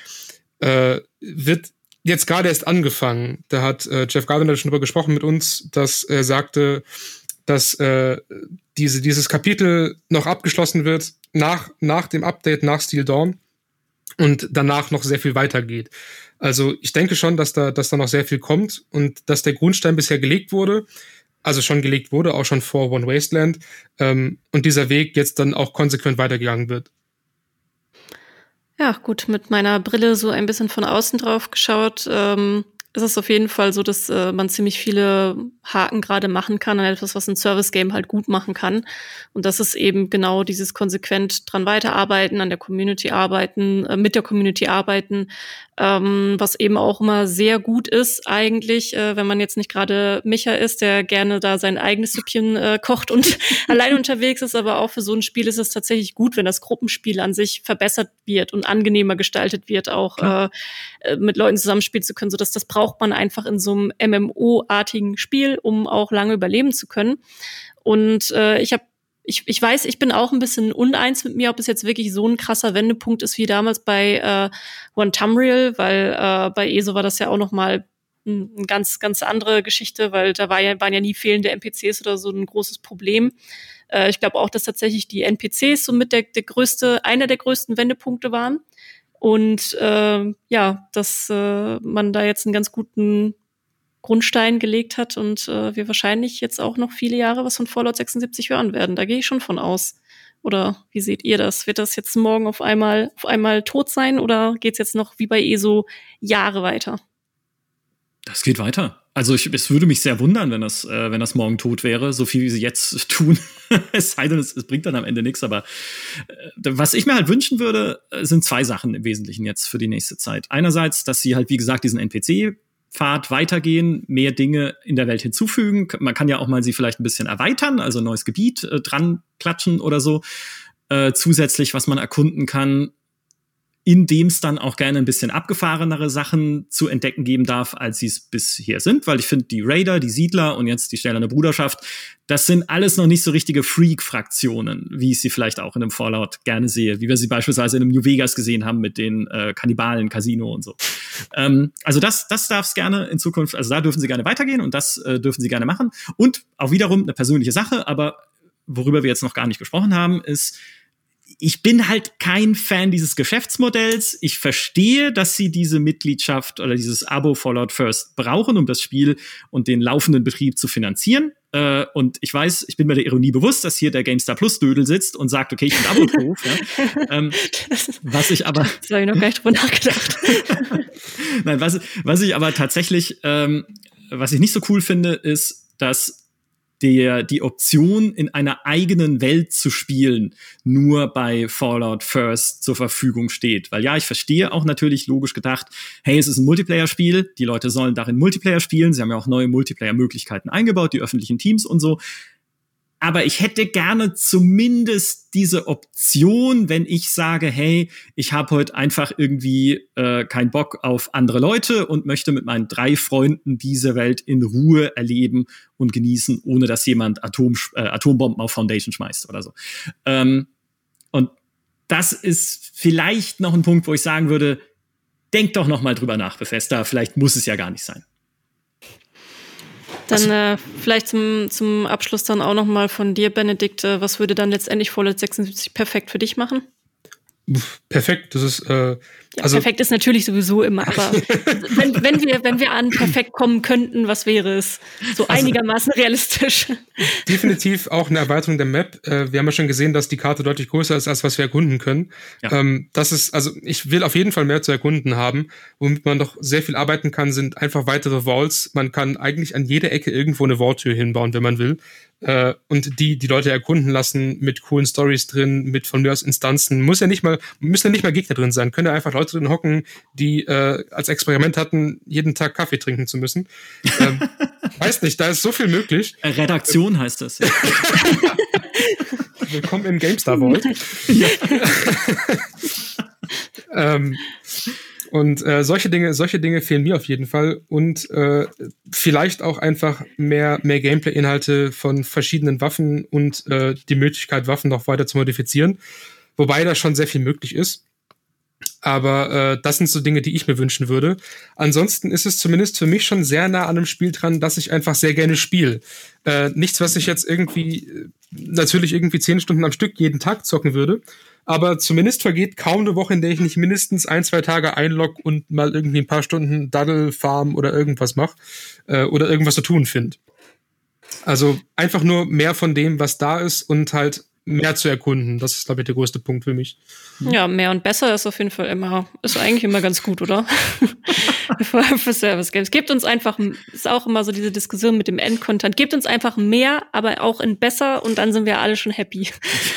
wird jetzt gerade erst angefangen. Da hat Jeff Gardner schon drüber gesprochen mit uns, dass er sagte, dass dieses Kapitel noch abgeschlossen wird nach dem Update, nach Steel Dawn und danach noch sehr viel weitergeht. Also ich denke schon, dass da noch sehr viel kommt und dass der Grundstein bisher gelegt wurde, also schon gelegt wurde, auch schon vor One Wasteland, und dieser Weg jetzt dann auch konsequent weitergegangen wird. Ja, gut, mit meiner Brille so ein bisschen von außen drauf geschaut, ist es auf jeden Fall so, dass man ziemlich viele Haken gerade machen kann an etwas, was ein Service-Game halt gut machen kann. Und das ist eben genau dieses konsequent dran weiterarbeiten, an der Community arbeiten, mit der Community arbeiten, was eben auch immer sehr gut ist eigentlich, wenn man jetzt nicht gerade Micha ist, der gerne da sein eigenes Süppchen kocht und allein unterwegs ist, aber auch für so ein Spiel ist es tatsächlich gut, wenn das Gruppenspiel an sich verbessert wird und angenehmer gestaltet wird, auch mit Leuten zusammenspielen zu können, sodass das braucht man einfach in so einem MMO-artigen Spiel, um auch lange überleben zu können. Und ich weiß, ich bin auch ein bisschen uneins mit mir, ob es jetzt wirklich so ein krasser Wendepunkt ist wie damals bei One Tamriel, weil bei ESO war das ja auch noch mal eine ganz, ganz andere Geschichte, weil da waren ja nie fehlende NPCs oder so ein großes Problem. Ich glaube auch, dass tatsächlich die NPCs somit einer der größten Wendepunkte waren. Und dass man da jetzt einen ganz guten Grundstein gelegt hat und wir wahrscheinlich jetzt auch noch viele Jahre was von Fallout 76 hören werden. Da gehe ich schon von aus. Oder wie seht ihr das? Wird das jetzt morgen auf einmal tot sein oder geht's jetzt noch wie bei ESO Jahre weiter? Das geht weiter. Also es würde mich sehr wundern, wenn das morgen tot wäre, so viel wie sie jetzt tun. Es sei denn, es bringt dann am Ende nichts. Aber was ich mir halt wünschen würde, sind zwei Sachen im Wesentlichen jetzt für die nächste Zeit. Einerseits, dass sie halt, wie gesagt, diesen NPC-Pfad weitergehen, mehr Dinge in der Welt hinzufügen. Man kann ja auch mal sie vielleicht ein bisschen erweitern, also ein neues Gebiet dran klatschen oder so. Zusätzlich, was man erkunden kann, in dem es dann auch gerne ein bisschen abgefahrenere Sachen zu entdecken geben darf, als sie es bisher sind. Weil ich finde, die Raider, die Siedler und jetzt die Stählerne Bruderschaft, das sind alles noch nicht so richtige Freak-Fraktionen, wie ich sie vielleicht auch in einem Fallout gerne sehe, wie wir sie beispielsweise in einem New Vegas gesehen haben mit den Kannibalen-Casino und so. Also das darf es gerne in Zukunft, also da dürfen sie gerne weitergehen und das dürfen sie gerne machen. Und auch wiederum eine persönliche Sache, aber worüber wir jetzt noch gar nicht gesprochen haben, ist, ich bin halt kein Fan dieses Geschäftsmodells. Ich verstehe, dass sie diese Mitgliedschaft oder dieses Abo Fallout First brauchen, um das Spiel und den laufenden Betrieb zu finanzieren. Und ich weiß, ich bin mir der Ironie bewusst, dass hier der GameStar Plus Dödel sitzt und sagt, okay, ich bin Abo doof. Ja. Was ich aber... Das habe ich noch gar nicht drüber nachgedacht. Nein, was ich aber tatsächlich, was ich nicht so cool finde, ist, dass die Option, in einer eigenen Welt zu spielen, nur bei Fallout First zur Verfügung steht. Weil ja, ich verstehe auch natürlich logisch gedacht, hey, es ist ein Multiplayer-Spiel, die Leute sollen darin Multiplayer spielen, sie haben ja auch neue Multiplayer-Möglichkeiten eingebaut, die öffentlichen Teams und so. Aber ich hätte gerne zumindest diese Option, wenn ich sage, hey, ich habe heute einfach irgendwie keinen Bock auf andere Leute und möchte mit meinen 3 Freunden diese Welt in Ruhe erleben und genießen, ohne dass jemand Atombomben auf Foundation schmeißt oder so. Und das ist vielleicht noch ein Punkt, wo ich sagen würde, denk doch noch mal drüber nach, Bethesda, vielleicht muss es ja gar nicht sein. Dann vielleicht zum Abschluss dann auch noch mal von dir, Benedikt, was würde dann letztendlich Fallout 76 perfekt für dich machen? Perfekt, das ist Ja, also, perfekt ist natürlich sowieso immer, aber wenn wir an perfekt kommen könnten, was wäre es? So einigermaßen realistisch. Definitiv auch eine Erweiterung der Map. Wir haben ja schon gesehen, dass die Karte deutlich größer ist, als was wir erkunden können. Ja. Das ist, also ich will auf jeden Fall mehr zu erkunden haben. Womit man doch sehr viel arbeiten kann, sind einfach weitere Vaults. Man kann eigentlich an jeder Ecke irgendwo eine Vault-Tür hinbauen, wenn man will. Und die Leute erkunden lassen mit coolen Stories drin, mit von mir aus Instanzen. Müssen ja nicht mal Gegner drin sein. Können ja einfach Leute drin hocken, die als Experiment hatten, jeden Tag Kaffee trinken zu müssen. Weiß nicht, da ist so viel möglich. Redaktion heißt das. Willkommen im GameStar Vault. Und solche Dinge fehlen mir auf jeden Fall und vielleicht auch einfach mehr Gameplay-Inhalte von verschiedenen Waffen und die Möglichkeit, Waffen noch weiter zu modifizieren, wobei da schon sehr viel möglich ist. Aber das sind so Dinge, die ich mir wünschen würde. Ansonsten ist es zumindest für mich schon sehr nah an einem Spiel dran, das ich einfach sehr gerne spiele. Nichts, was ich jetzt natürlich 10 Stunden am Stück jeden Tag zocken würde. Aber zumindest vergeht kaum eine Woche, in der ich nicht mindestens 1-2 Tage einlogge und mal irgendwie ein paar Stunden Daddel, Farm oder irgendwas mache oder irgendwas zu tun finde. Also einfach nur mehr von dem, was da ist und halt mehr zu erkunden. Das ist, glaube ich, der größte Punkt für mich. Ja, mehr und besser ist auf jeden Fall eigentlich immer ganz gut, oder? Für Service Games. Gebt uns einfach, ist auch immer so diese Diskussion mit dem Endcontent, gebt uns einfach mehr, aber auch in besser und dann sind wir alle schon happy.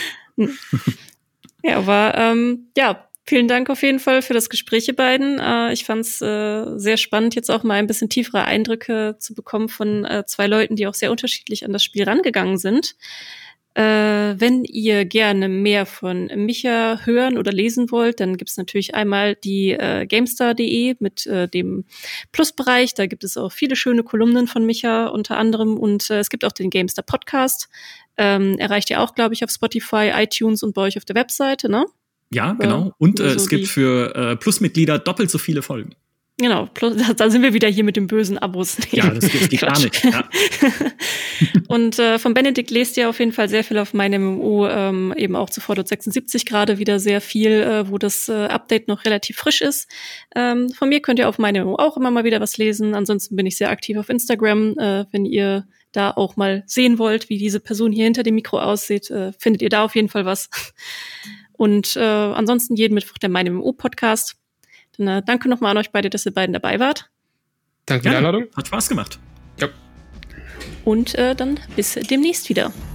Ja, aber vielen Dank auf jeden Fall für das Gespräch, ihr beiden. Ich fand's sehr spannend, jetzt auch mal ein bisschen tiefere Eindrücke zu bekommen von 2 Leuten, die auch sehr unterschiedlich an das Spiel rangegangen sind. Wenn ihr gerne mehr von Micha hören oder lesen wollt, dann gibt's natürlich einmal die GameStar.de mit dem Plusbereich. Da gibt es auch viele schöne Kolumnen von Micha unter anderem und es gibt auch den GameStar Podcast. Erreicht ihr auch, glaube ich, auf Spotify, iTunes und bei euch auf der Webseite, ne? Ja, genau. Und es gibt für Plusmitglieder doppelt so viele Folgen. Genau, da sind wir wieder hier mit den bösen Abos. Ja, das geht gar nicht. Ja. Und von Benedikt lest ihr auf jeden Fall sehr viel auf meinem MMO, eben auch zu Fallout 76 gerade wieder sehr viel, wo das Update noch relativ frisch ist. Von mir könnt ihr auf meinem MMO auch immer mal wieder was lesen. Ansonsten bin ich sehr aktiv auf Instagram. Wenn ihr da auch mal sehen wollt, wie diese Person hier hinter dem Mikro aussieht, findet ihr da auf jeden Fall was. Und ansonsten jeden Mittwoch der Mein MMO-Podcast. Dann danke nochmal an euch beide, dass ihr beiden dabei wart. Danke für die Einladung. Hat Spaß gemacht. Ja. Und dann bis demnächst wieder.